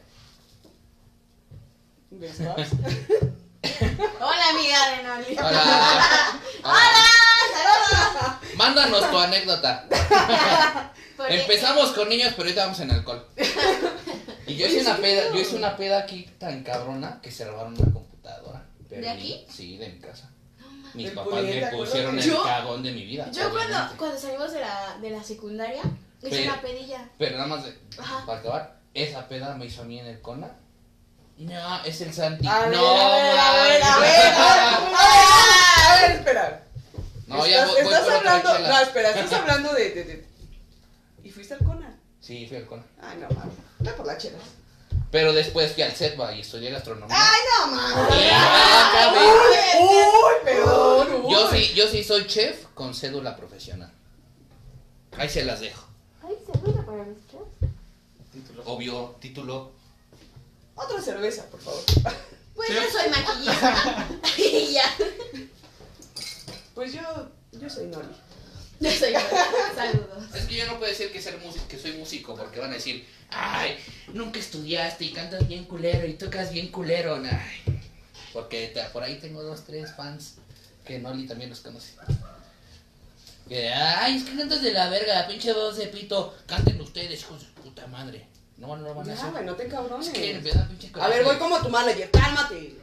Speaker 3: ¿Ves, Paps?
Speaker 4: Hola, amiga de Noli.
Speaker 2: Hola. Hola.
Speaker 4: ¡Saludos!
Speaker 2: Mándanos tu anécdota.
Speaker 4: Porque-
Speaker 2: Empezamos con niños, pero ahorita vamos en alcohol. Y yo hice una peda, yo hice una peda aquí tan cabrona que se robaron una computadora.
Speaker 4: ¿De aquí?
Speaker 2: Sí, de mi casa. Mis
Speaker 3: De
Speaker 2: papás me
Speaker 3: puñeta,
Speaker 2: pusieron el
Speaker 4: ¿yo?
Speaker 2: cagón de mi vida.
Speaker 4: Yo cuando,
Speaker 2: obviamente.
Speaker 4: cuando salimos de la, de la secundaria, hice
Speaker 2: Pero-
Speaker 4: una pedilla.
Speaker 2: Pero nada más de,
Speaker 4: Ajá.
Speaker 2: para acabar, esa peda me hizo a mí en el Cona. No, es el Santi.
Speaker 3: A ver,
Speaker 2: no,
Speaker 3: a ver, a ver, a
Speaker 2: mames.
Speaker 3: ver, a ver, a ver, espera.
Speaker 2: No, ya
Speaker 3: estás,
Speaker 2: voy, voy
Speaker 3: estás
Speaker 2: por otra
Speaker 3: hablando,
Speaker 2: chela.
Speaker 3: no, espera, estás hablando de, de, de- ¿Y fuiste al Cona?
Speaker 2: Sí, fui al Cona.
Speaker 3: Ay, no, mames, ve por la chela.
Speaker 2: Pero después fui al Setba y estudié gastronomía.
Speaker 3: Ay, no, mames.
Speaker 2: Ya acabé.
Speaker 3: Uy, perdón, uy.
Speaker 2: Yo sí, yo sí soy chef con cédula profesional. Ahí se las dejo.
Speaker 4: Ay, seguro para los chefs.
Speaker 5: Título.
Speaker 2: Obvio, título.
Speaker 3: Otra cerveza, por favor.
Speaker 4: Pues
Speaker 5: Sí.
Speaker 4: yo soy maquillista. Y ya.
Speaker 3: Pues yo, yo soy Noli.
Speaker 4: Yo soy Saludos.
Speaker 2: Es que yo no puedo decir que, ser músico, que soy músico porque van a decir, ay, nunca estudiaste y cantas bien culero y tocas bien culero. Ay, porque te- por ahí tengo dos, tres fans que Noli también los conoce. Que, ay, es que cantas de la verga, pinche voz de pito. Canten ustedes, hijos de su puta madre. No, no lo van a
Speaker 3: Ya,
Speaker 2: hacer.
Speaker 3: güey, no te cabrones.
Speaker 2: Es que me da pinche
Speaker 3: A
Speaker 2: coraje.
Speaker 3: ver, voy como tu manager, cálmate.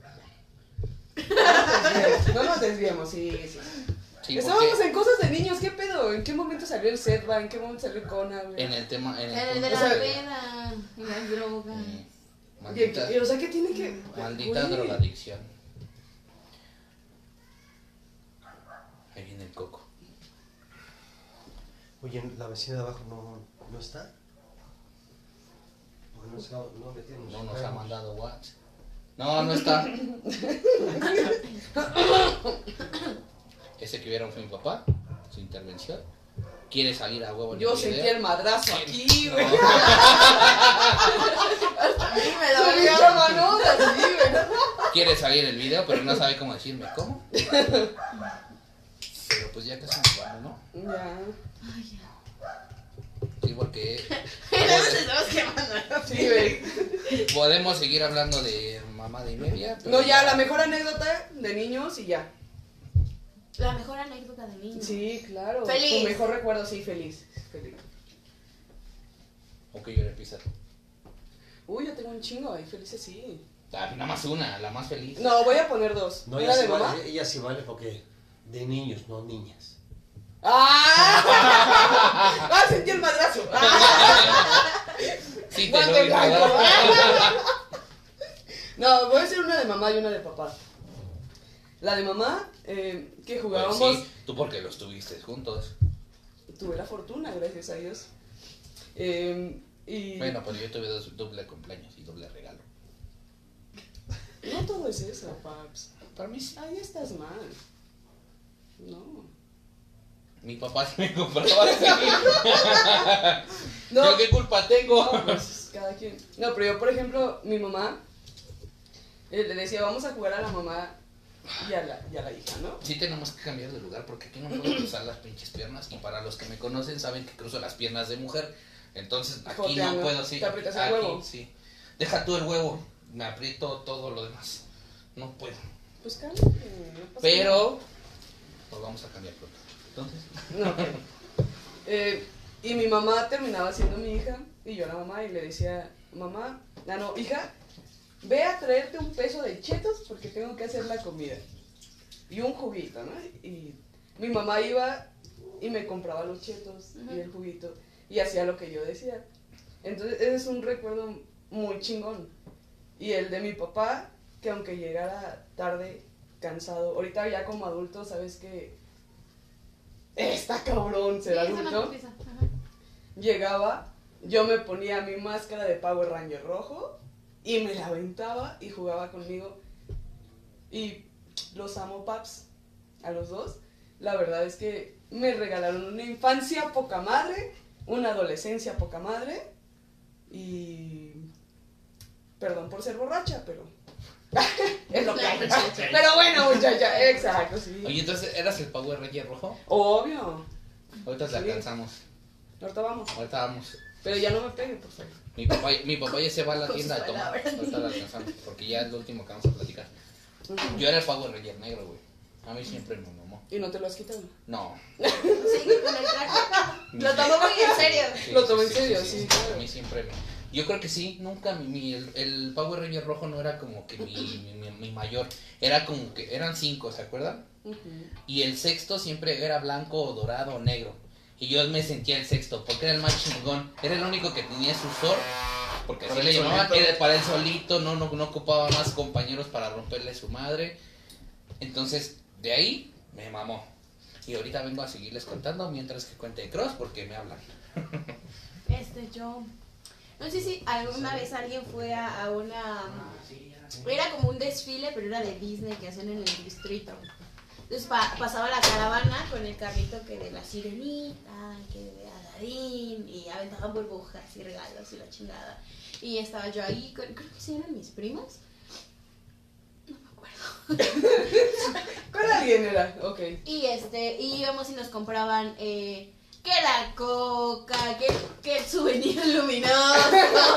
Speaker 3: No nos desviemos, sí, sí.
Speaker 2: Sí,
Speaker 3: Estábamos
Speaker 2: porque
Speaker 3: en cosas de niños, ¿qué pedo? ¿En qué momento salió el Setba? ¿En qué momento salió el Kona, güey?
Speaker 2: en el tema, en el,
Speaker 4: El de
Speaker 3: O
Speaker 4: la
Speaker 3: sea-
Speaker 4: peda y las drogas.
Speaker 2: Mm,
Speaker 3: Y,
Speaker 2: maldita,
Speaker 3: y, o sea, ¿qué tiene que...?
Speaker 2: maldita
Speaker 3: Güey.
Speaker 2: drogadicción. Ahí viene el coco.
Speaker 6: Oye, la vecina de abajo no, no está. Porque no, se, no metieron
Speaker 2: No nos ha mandado WhatsApp. No, no está. Ese que vieron fue mi papá, su intervención. Quiere salir a huevo en
Speaker 3: Yo
Speaker 2: el
Speaker 3: sentí
Speaker 2: video.
Speaker 3: el madrazo aquí, güey.
Speaker 2: No.
Speaker 4: Sí, me
Speaker 3: Se
Speaker 4: dolió.
Speaker 3: me dio la mano así, güey.
Speaker 2: Quiere salir en el video, pero no sabe cómo decirme cómo. Pero pues ya casi nos vamos, ¿no?
Speaker 3: Ya.
Speaker 2: Sí, porque
Speaker 4: Ya nos estamos quemando.
Speaker 3: Sí, güey.
Speaker 2: podemos seguir hablando de mamá de y media. pero
Speaker 3: No, ya, la mejor anécdota de niños y ya.
Speaker 4: La mejor anécdota de niño.
Speaker 3: Sí, claro.
Speaker 4: Feliz.
Speaker 3: Tu mejor recuerdo, sí, feliz. Feliz.
Speaker 2: Ok, yo le piso.
Speaker 3: Uy, yo tengo un chingo ahí, felices sí.
Speaker 2: Ah, nada más una, la más feliz.
Speaker 3: No, voy a poner dos.
Speaker 6: No,
Speaker 3: ¿Una
Speaker 6: ella
Speaker 3: de
Speaker 6: sí,
Speaker 3: mamá?
Speaker 6: vale, ella sí vale porque de niños, no niñas.
Speaker 3: ¡Ah! ¡Ah, sentí el madrazo! ¡Ah!
Speaker 2: Sí, te
Speaker 3: Guante
Speaker 2: lo digo.
Speaker 3: blanco.
Speaker 2: ¿verdad?
Speaker 3: No, voy a hacer una de mamá y una de papá. La de mamá, eh, que
Speaker 2: Pues
Speaker 3: jugábamos...
Speaker 2: sí, tú porque los tuviste juntos.
Speaker 3: Tuve la fortuna, gracias a Dios. Eh, y...
Speaker 2: Bueno, pues yo tuve dos, doble cumpleaños y doble regalo.
Speaker 3: No todo es eso, paps.
Speaker 2: Para mí sí.
Speaker 3: Ahí estás mal. No.
Speaker 2: Mi papá sí me compraba así.
Speaker 3: No.
Speaker 2: ¿Yo qué culpa tengo?
Speaker 3: No, pues cada quien. No, pero yo, por ejemplo, mi mamá eh, le decía, vamos a jugar a la mamá y a la, y a la hija, ¿no?
Speaker 2: Sí tenemos que cambiar de lugar porque aquí no puedo cruzar las pinches piernas. Y para los que me conocen saben que cruzo las piernas de mujer. Entonces aquí
Speaker 3: Joteando.
Speaker 2: no puedo, sí.
Speaker 3: ¿Te aprietas el
Speaker 2: aquí,
Speaker 3: huevo?
Speaker 2: sí. Deja tú el huevo. Me aprieto todo lo demás. No puedo.
Speaker 3: Pues cálmate, no pasa
Speaker 2: Pero, pues vamos a cambiar pronto. Entonces,
Speaker 3: nada. No, ok. Eh, y mi mamá terminaba siendo mi hija y yo la mamá y le decía, mamá, ah, no, hija, ve a traerte un peso de chetos porque tengo que hacer la comida. Y un juguito, ¿no? Y mi mamá iba y me compraba los chetos
Speaker 4: Ujú.
Speaker 3: y el juguito y hacía lo que yo decía. Entonces, ese es un recuerdo muy chingón. Y el de mi papá, que aunque llegara tarde, cansado, ahorita ya como adulto, sabes que está cabrón ser
Speaker 4: Sí, es una
Speaker 3: adulto.
Speaker 4: putiza. Ajá.
Speaker 3: Llegaba, yo me ponía mi máscara de Power Ranger rojo y me la aventaba y jugaba conmigo. Y los amo, paps, a los dos. La verdad es que me regalaron una infancia poca madre, una adolescencia poca madre y Perdón por ser borracha, pero es lo que hay. Pero bueno, muchacha, exacto, sí.
Speaker 2: Oye, entonces, ¿eras el Power Ranger rojo?
Speaker 3: Obvio.
Speaker 2: Ahorita te
Speaker 3: Sí.
Speaker 2: alcanzamos.
Speaker 3: Ahorita vamos.
Speaker 2: Ahorita vamos.
Speaker 3: Pero ya no me pegue, por favor.
Speaker 2: Mi papá, mi papá ya se va a la
Speaker 4: Con
Speaker 2: tienda
Speaker 4: sus
Speaker 2: de tomar.
Speaker 4: palabras.
Speaker 2: Ahorita la alcanzamos, porque ya es lo último que vamos a platicar. Yo era el Power Ranger negro, güey. A mí siempre me mamó.
Speaker 3: ¿Y no te lo has quitado?
Speaker 2: No.
Speaker 4: Sigue con el traje. Lo tomo muy en serio.
Speaker 2: Sí,
Speaker 3: Lo tomó
Speaker 2: sí,
Speaker 3: en
Speaker 2: sí,
Speaker 3: serio,
Speaker 2: sí,
Speaker 3: sí,
Speaker 2: sí.
Speaker 3: claro.
Speaker 2: A mí siempre me... Yo creo que sí, nunca mi, mi- el, el Power Ranger rojo no era como que mi, mi, mi- mi mayor. Era como que eran cinco, ¿se acuerdan?
Speaker 3: Ujú.
Speaker 2: Y el sexto siempre era blanco o dorado o negro. Y yo me sentía el sexto, porque era el más chingón. Era el único que tenía su sol, porque así
Speaker 5: Para
Speaker 2: le
Speaker 5: el
Speaker 2: llamaban,
Speaker 5: solito.
Speaker 2: era para el solito, no, no, no ocupaba más compañeros para romperle su madre. Entonces, de ahí me mamó. Y ahorita vengo a seguirles contando mientras que cuente de Cross, porque me hablan.
Speaker 4: Este, yo. No sé si alguna vez alguien fue a, a una. Era como un desfile, pero era de Disney que hacían en el distrito. Entonces pa- pasaba la caravana con el carrito que de la sirenita, que de Aladín, y aventaban burbujas y regalos y la chingada. Y estaba yo ahí, con, creo que sí eran mis primas. No me acuerdo.
Speaker 3: Con alguien era, ok.
Speaker 4: Y este, y íbamos y nos compraban eh, que la coca, que, que el souvenir luminoso.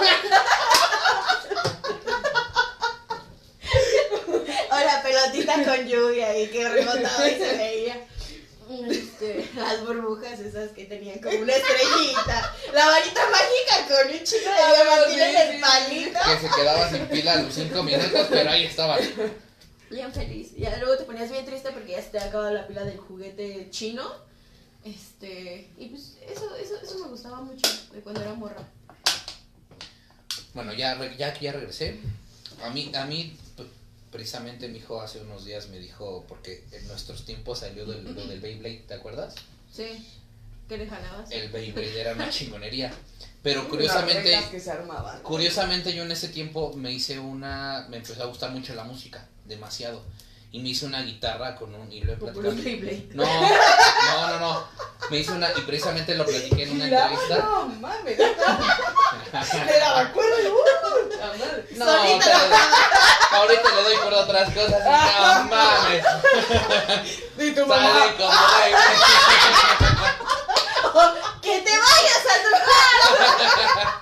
Speaker 4: O la pelotita con lluvia y que rebotaba y se veía. Este, las burbujas esas que tenían como una estrellita. La varita mágica con un chico de diamantina en el palito.
Speaker 2: Que se quedaba sin pila a los cinco minutos, pero ahí estaba.
Speaker 4: Bien feliz. Ya luego te ponías bien triste porque ya se te acababa la pila del juguete chino. Este, y pues eso, eso, eso me gustaba mucho de cuando era morra.
Speaker 2: Bueno, ya, re- ya que ya regresé, a mí, a mí p- precisamente mi hijo hace unos días me dijo, porque en nuestros tiempos salió del, lo del Beyblade, ¿te acuerdas?
Speaker 4: Sí. ¿Qué le jalabas?
Speaker 2: El Beyblade era una chingonería. Pero
Speaker 3: Las
Speaker 2: curiosamente,
Speaker 3: reglas que se armaban.
Speaker 2: curiosamente yo en ese tiempo me hice una, me empezó a gustar mucho la música, demasiado. Y me hice una guitarra con un, y lo he
Speaker 4: Por
Speaker 2: platicado.
Speaker 4: puro Beyblade.
Speaker 2: No, no, no, no. Me hice una, y precisamente lo platiqué en una
Speaker 3: Claro,
Speaker 2: entrevista.
Speaker 3: no mames. Me daba acuerdo y uh, la madre.
Speaker 2: No,
Speaker 4: Solita
Speaker 2: pero-
Speaker 4: la
Speaker 2: ahorita le doy por otras cosas y no mames.
Speaker 3: Y tu
Speaker 2: Sale
Speaker 3: mamá.
Speaker 2: como Beyblade.
Speaker 4: ¡Que te vayas a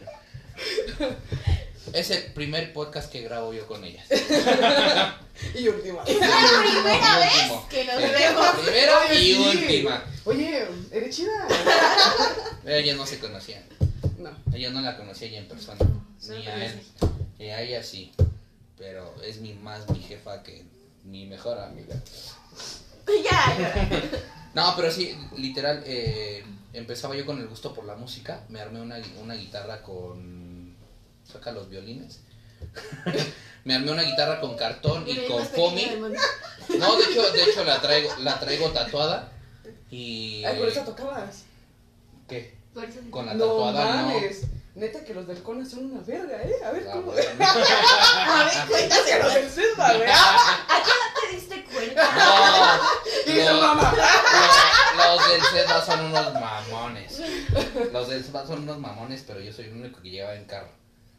Speaker 2: Es el primer podcast que grabo yo con ellas.
Speaker 3: Y última.
Speaker 4: Es la primera vez
Speaker 2: Último.
Speaker 4: que nos
Speaker 2: Sí,
Speaker 4: vemos.
Speaker 2: Primera
Speaker 3: Oye,
Speaker 2: y
Speaker 3: sí.
Speaker 2: última.
Speaker 3: Oye, eres chida.
Speaker 2: Ellas no se conocían.
Speaker 3: No.
Speaker 2: Ella no la conocía ella en persona. Ni a él. Y a ella sí. Pero es mi más mi jefa que mi mejor amiga.
Speaker 4: Ya, ya.
Speaker 2: No, pero sí, literal, eh, empezaba yo con el gusto por la música. Me armé una, una guitarra con... Saca los violines. Me armé una guitarra con cartón y
Speaker 4: Era el
Speaker 2: con
Speaker 4: más pequeño
Speaker 2: foamy.
Speaker 4: del mundo.
Speaker 2: No, de hecho, de hecho la traigo, la traigo tatuada. Y...
Speaker 3: Ay, por eso tocabas.
Speaker 2: ¿Qué?
Speaker 4: Por eso sí.
Speaker 2: Con la
Speaker 3: No
Speaker 2: tatuada no.
Speaker 3: mames. Neta que los del Cona son una verga, ¿eh? A ver
Speaker 2: Ah,
Speaker 3: cómo.
Speaker 2: bueno.
Speaker 4: A ver, cuéntaselo.
Speaker 3: Los del Sesma, güey.
Speaker 4: ¿A qué edad te diste cuenta?
Speaker 2: No,
Speaker 3: Y su
Speaker 2: los,
Speaker 3: mamá.
Speaker 2: los- los del Sesma son unos mamones. Los del Sesma son unos mamones, pero yo soy el único que lleva en carro.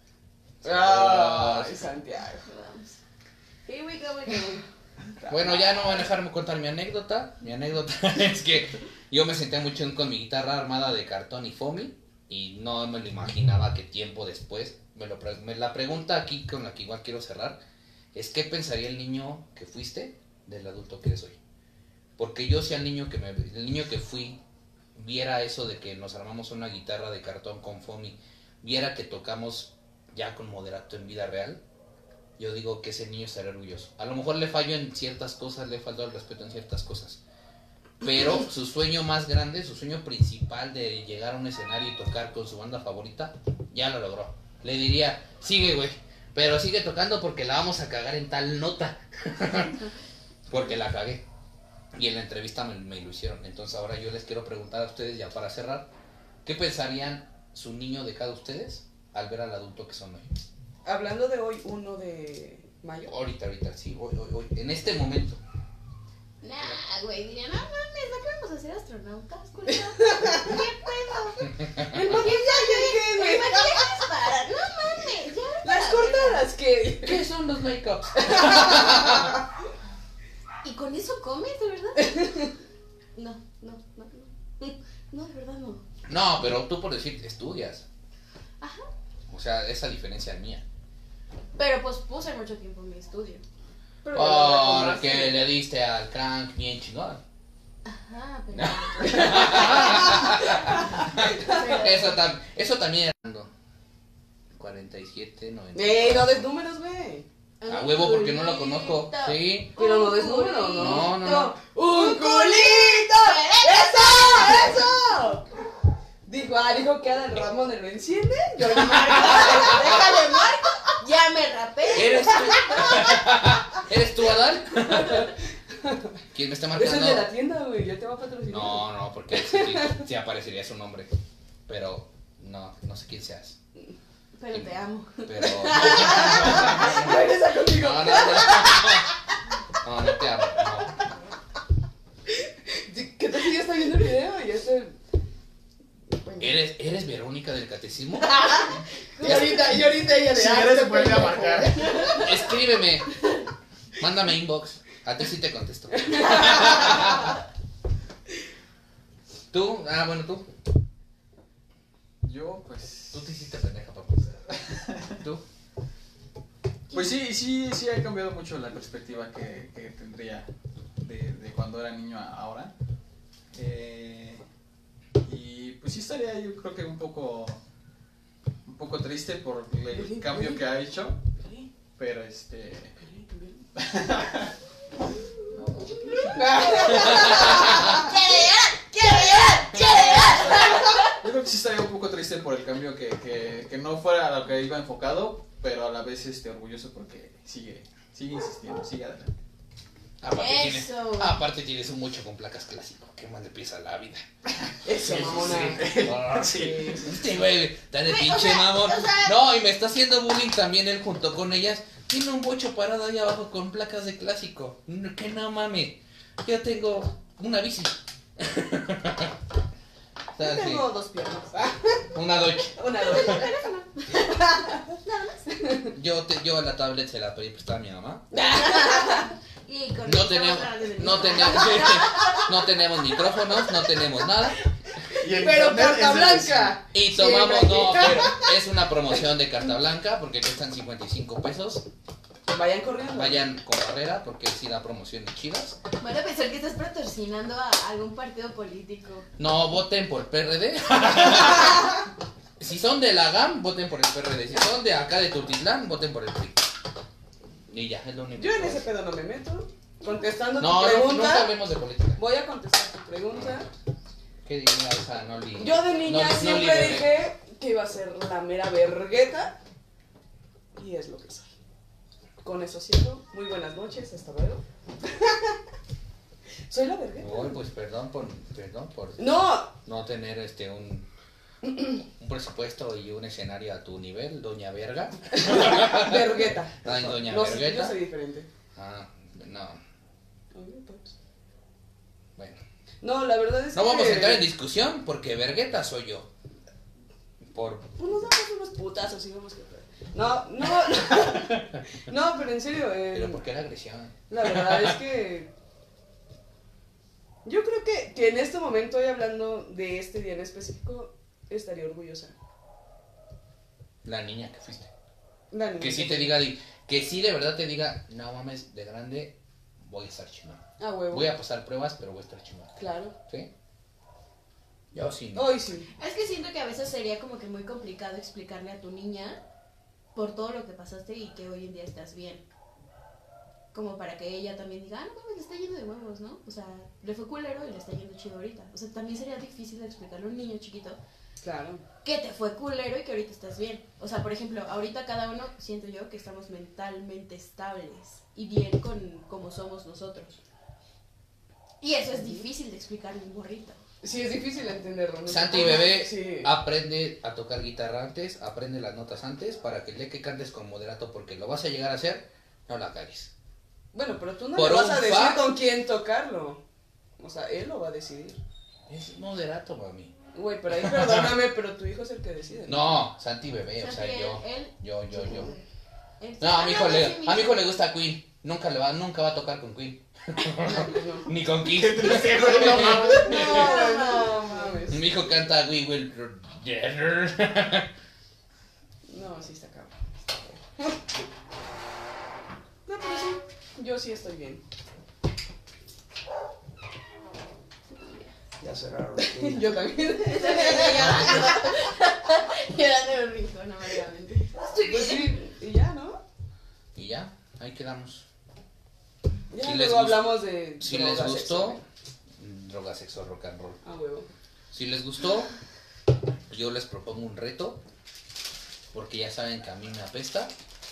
Speaker 3: Ay, Santiago.
Speaker 4: Vamos. Here we go again.
Speaker 2: Bueno, ya no voy a dejarme contar mi anécdota. Mi anécdota es que yo me senté mucho con mi guitarra armada de cartón y foamy y no me lo imaginaba que tiempo después. Me, lo pre- me la pregunta aquí con la que igual quiero cerrar es ¿qué pensaría el niño que fuiste del adulto que eres hoy? Porque yo si al niño que me, el niño que fui viera eso de que nos armamos una guitarra de cartón con foamy, viera que tocamos ya con moderato en vida real, yo digo que ese niño estaría orgulloso. A lo mejor le fallo en ciertas cosas, le faltó el respeto en ciertas cosas. Pero su sueño más grande, su sueño principal de llegar a un escenario y tocar con su banda favorita, ya lo logró. Le diría, sigue güey, pero sigue tocando porque la vamos a cagar en tal nota. Porque la cagué. Y en la entrevista me, me lo hicieron. Entonces ahora yo les quiero preguntar a ustedes, ya para cerrar, ¿qué pensarían su niño de cada ustedes al ver al adulto que son hoy?
Speaker 3: Hablando de hoy, uno de mayo.
Speaker 2: Ahorita, ahorita, sí, hoy, hoy, hoy, en este momento.
Speaker 4: Nah, güey, diría, no mames, ¿no queremos hacer astronautas, culero? ¿Qué pedo?
Speaker 3: El maquillaje, ¿qué,
Speaker 4: El
Speaker 3: güey?
Speaker 4: maquillaje es para, no mames, ya.
Speaker 3: Las cortadas, ¿qué?
Speaker 2: ¿Qué son los make-ups?
Speaker 4: ¿Y con eso comes, de verdad? No, no, no, no. No, de verdad no.
Speaker 2: No, pero tú por decir estudias.
Speaker 4: Ajá.
Speaker 2: O sea, esa diferencia es mía.
Speaker 4: Pero pues puse mucho tiempo en mi estudio.
Speaker 3: Pero ya lo
Speaker 2: Porque
Speaker 3: retomaste.
Speaker 2: le diste al crank bien chingón.
Speaker 4: Ajá, pero...
Speaker 2: Eso, tam eso también era cuarenta y siete, noventa.
Speaker 3: ¡Ey, no des números, güey!
Speaker 2: A huevo porque no lo conozco. Sí.
Speaker 3: Pero no des números, ¿no?
Speaker 2: No, no, no.
Speaker 3: ¡Un culito! ¡Eso! ¡Eso! Dijo, ah, dijo que Adal Ramón lo enciende. Yo le marco.
Speaker 4: Déjale, Marco. Ya me rapé.
Speaker 2: ¿Eres tú? ¿Eres tú, Adal? ¿Quién me está
Speaker 3: Es el
Speaker 2: marcando?
Speaker 3: de la tienda, güey. Ya te va a patrocinar.
Speaker 2: No, no, porque sí, sí aparecería su nombre. Pero no, no sé quién seas.
Speaker 4: Pero te amo.
Speaker 2: Pero.
Speaker 3: Regresa conmigo.
Speaker 2: No, no, no. No, no te amo. No.
Speaker 3: ¿Qué tal si ya está viendo el video? Y ya está.
Speaker 2: ¿Eres, ¿Eres Verónica del Catecismo?
Speaker 3: Y ahorita, y ahorita ella de
Speaker 5: Si
Speaker 3: ah,
Speaker 5: quieres
Speaker 3: este
Speaker 5: se puede
Speaker 3: pendejo.
Speaker 5: marcar.
Speaker 2: Escríbeme. Mándame inbox. A ti sí te contesto. ¿Tú? Ah, bueno, tú.
Speaker 5: Yo, pues.
Speaker 2: Tú te hiciste pendeja, papá. ¿Tú?
Speaker 5: Pues sí, sí, sí ha cambiado mucho la perspectiva que, que tendría de, de cuando era niño a ahora. Eh, y pues sí estaría yo creo que un poco un poco triste por el cambio que ha hecho, pero este
Speaker 4: ¡Quiere llorar! ¡Quiere llorar! ¡Quiere llorar!
Speaker 5: yo creo que sí estaría un poco triste por el cambio que, que, que no fuera a lo que iba enfocado, pero a la vez este orgulloso porque sigue sigue insistiendo, sigue adelante.
Speaker 2: Aparte tienes,
Speaker 4: Eso.
Speaker 2: aparte tienes un mucho con placas clásico. ¿Qué más le piensa la vida?
Speaker 3: Eso, mamona.
Speaker 2: Ah,
Speaker 5: Sí.
Speaker 2: Este güey está de
Speaker 4: Güey,
Speaker 2: pinche
Speaker 4: o sea,
Speaker 2: mamón.
Speaker 4: o sea-
Speaker 2: No, y me está haciendo bullying también él junto con ellas. Tiene un bocho parado ahí abajo con placas de clásico. No, que no mames. Yo tengo una bici. O sea, sí,
Speaker 3: Tengo dos piernas. Ah,
Speaker 2: una Dodge.
Speaker 3: una, dos.
Speaker 2: Yo, te, yo la tablet se la pedí prestada a mi mamá.
Speaker 4: Y con
Speaker 2: No
Speaker 4: esto
Speaker 2: tenemos,
Speaker 4: vamos a hablar de-
Speaker 2: no tenemos, no tenemos micrófonos, no tenemos nada.
Speaker 5: Y el
Speaker 3: Pero
Speaker 5: internet
Speaker 3: carta
Speaker 5: es de
Speaker 3: blanca.
Speaker 2: Y tomamos,
Speaker 3: Siempre.
Speaker 2: no, pero es una promoción de carta blanca porque cuestan cincuenta y cinco pesos.
Speaker 3: Vayan corriendo.
Speaker 2: Vayan con barrera porque sí da promociones chidas.
Speaker 4: Van a pensar que estás patrocinando a algún partido político.
Speaker 2: No voten por P R D. Si son de la G A M, voten por el P R D. Si son de acá de Tultitlán, voten por el P R I. Y ya, es lo único.
Speaker 3: Yo en
Speaker 2: que
Speaker 3: ese
Speaker 2: puedo
Speaker 3: pedo no me meto. Contestando
Speaker 2: No,
Speaker 3: tu
Speaker 2: no,
Speaker 3: pregunta.
Speaker 2: nunca hablemos de política.
Speaker 3: Voy a contestar tu pregunta.
Speaker 2: ¿Qué diría esa no li-
Speaker 3: Yo de niña
Speaker 2: no- no
Speaker 3: siempre
Speaker 2: liberé?
Speaker 3: dije que iba a ser la mera vergueta. Y es lo que soy. Con eso cierro. Muy buenas noches, hasta luego. Soy la vergueta.
Speaker 2: Uy, pues perdón por, perdón por
Speaker 3: No,
Speaker 2: no tener este un, un presupuesto y un escenario a tu nivel, doña Verga.
Speaker 3: vergueta.
Speaker 2: Ay, doña
Speaker 3: No,
Speaker 2: Vergueta.
Speaker 3: yo soy diferente.
Speaker 2: Ah, no, bueno.
Speaker 3: No, la verdad es
Speaker 2: No
Speaker 3: que.
Speaker 2: vamos a entrar en discusión porque Vergueta soy yo. Por
Speaker 3: Pues nos damos unos putazos y vamos que. No, no, no. No, pero en serio. eh,
Speaker 2: pero porque la agresión.
Speaker 3: La verdad es que. Yo creo que, que en este momento, y hablando de este día en específico, estaría orgullosa.
Speaker 2: La niña que fuiste.
Speaker 3: La niña
Speaker 2: Que sí te diga, di- que sí de verdad te diga, no mames, de grande voy a estar chingón.
Speaker 3: Ah, huevo.
Speaker 2: Voy a pasar pruebas, pero voy a estar chingón.
Speaker 3: Claro.
Speaker 2: ¿Sí? Yo sí. No.
Speaker 3: Hoy sí.
Speaker 4: Es que siento que a veces sería como que muy complicado explicarle a tu niña por todo lo que pasaste y que hoy en día estás bien. Como para que ella también diga, ah, no mames, le está yendo de huevos, ¿no? O sea, le fue culero y le está yendo chido ahorita. O sea, también sería difícil explicarle a un niño chiquito
Speaker 3: Claro.
Speaker 4: que te fue culero y que ahorita estás bien. O sea, por ejemplo, ahorita cada uno, siento yo, que estamos mentalmente estables y bien con como somos nosotros. Y eso es difícil de explicarle a un morrito.
Speaker 3: Sí, es difícil entenderlo. ¿no?
Speaker 2: Santi bebé,
Speaker 3: Sí.
Speaker 2: aprende a tocar guitarra antes, aprende las notas antes, para que el día que cantes con moderato, porque lo vas a llegar a hacer, no la cagues.
Speaker 3: Bueno, pero tú no
Speaker 2: Por
Speaker 3: le vas
Speaker 2: un
Speaker 3: a decir
Speaker 2: fa-
Speaker 3: con quién tocarlo. O sea, él lo va a decidir.
Speaker 2: Es moderato, mami.
Speaker 3: Güey, pero ahí perdóname, pero tu hijo es el que decide.
Speaker 2: No, Santi bebé, o sea,
Speaker 4: Santi,
Speaker 2: yo,
Speaker 4: él-
Speaker 2: yo, yo, yo.
Speaker 4: ¿En
Speaker 2: No, a mi hijo
Speaker 4: serio?
Speaker 2: le,
Speaker 4: Ah, no, sí,
Speaker 2: a mi hijo le gusta Queen. Nunca le va, nunca va a tocar con Queen. Ni con Kiss.
Speaker 3: No, güey, no mames.
Speaker 2: Mi hijo canta We Will Together.
Speaker 3: No, sí está cabrón. No, pero sí, yo sí estoy bien.
Speaker 6: Ya será rutina.
Speaker 3: Yo también.
Speaker 4: Llorando el rincón, amargamente.
Speaker 3: Pues sí, y ya, ¿no?
Speaker 2: Y ya, ahí quedamos.
Speaker 3: Ya
Speaker 2: Si les
Speaker 3: luego
Speaker 2: gust-
Speaker 3: hablamos de.
Speaker 2: Si
Speaker 3: drogas,
Speaker 2: les gustó,
Speaker 3: sexo,
Speaker 2: droga, sexo, rock and roll.
Speaker 3: Ah, huevo.
Speaker 2: Si les gustó, yo les propongo un reto. Porque ya saben que a mí me apesta.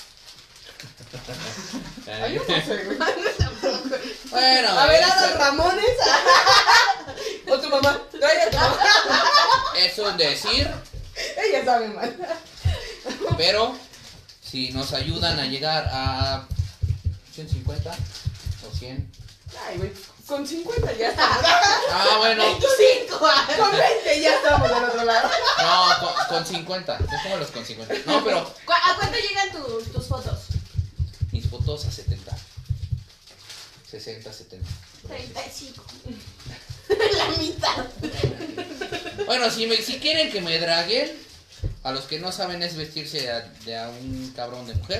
Speaker 3: Ay, yo no sé, güey.
Speaker 2: Bueno,
Speaker 3: A ver,
Speaker 2: es-
Speaker 3: a los Ramones. O tu mamá. Trae a tu mamá.
Speaker 2: es un decir,
Speaker 3: Ella sabe mal.
Speaker 2: pero si nos ayudan a llegar a ciento cincuenta o cien.
Speaker 3: Ay, güey. Con cincuenta ya estamos.
Speaker 2: Ah, bueno.
Speaker 4: Cinco.
Speaker 3: Con veinte ya estamos del otro lado.
Speaker 2: No, con, con cincuenta. Dejémoslos con cincuenta. No, pero
Speaker 4: ¿Cu- ¿A cuánto llegan tus, tus fotos?
Speaker 2: mis fotos a setenta. sesenta, setenta.
Speaker 4: treinta y cinco. La mitad.
Speaker 2: Bueno, si, me, si quieren que me draguen, a los que no saben es vestirse a- de a un cabrón de mujer.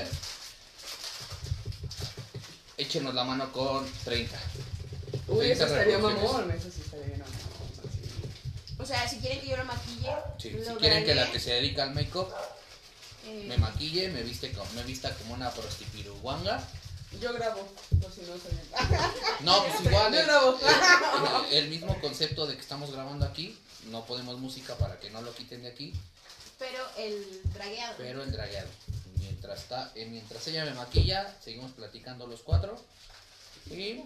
Speaker 2: Échenos la mano con treinta.
Speaker 3: Uy, eso
Speaker 2: treinta
Speaker 3: estaría
Speaker 2: revoluciones.
Speaker 3: mamón. Eso sí estaría bien mamón. Sí.
Speaker 4: O sea, si quieren que yo lo maquille.
Speaker 2: Sí,
Speaker 4: lo
Speaker 2: si quieren que la
Speaker 4: draguee,
Speaker 2: que se dedica al make-up
Speaker 4: eh,
Speaker 2: me maquille, me viste como, me vista como una prostipiruguanga.
Speaker 3: Yo grabo, por si no saben.
Speaker 2: No, pues igual.
Speaker 3: Yo
Speaker 2: El,
Speaker 3: grabo.
Speaker 2: el- el mismo concepto de que estamos grabando aquí. No ponemos música para que no lo quiten de aquí.
Speaker 4: Pero el dragueado.
Speaker 2: Pero el dragueado. Mientras, está, eh, mientras ella me maquilla, seguimos platicando los cuatro. Y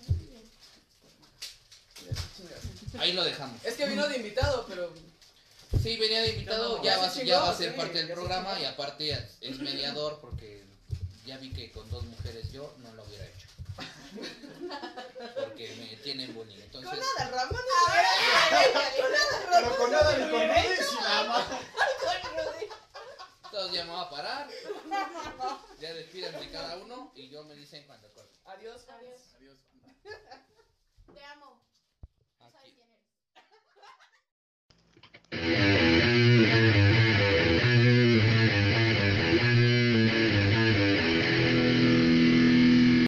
Speaker 2: ahí lo dejamos.
Speaker 3: Es que vino de invitado, pero.
Speaker 2: Sí, venía de invitado,
Speaker 3: No,
Speaker 2: ya,
Speaker 3: ya
Speaker 2: va,
Speaker 3: se
Speaker 2: ya
Speaker 3: chingó,
Speaker 2: va a ser
Speaker 3: sí,
Speaker 2: parte del
Speaker 3: ya se
Speaker 2: programa
Speaker 3: chingó.
Speaker 2: y aparte es mediador porque ya vi que con dos mujeres yo no lo hubiera hecho. Porque me tienen bullying. Entonces,
Speaker 3: Con nada, Ramón.
Speaker 4: A ver, a ver, a ver,
Speaker 6: Pero con nada ni con Rudy, si la ama.
Speaker 2: entonces ya me voy a parar. Ya despídense cada uno y yo me dicen cuando corte.
Speaker 3: Adiós,
Speaker 4: Adiós.
Speaker 5: Adiós.
Speaker 4: Te amo.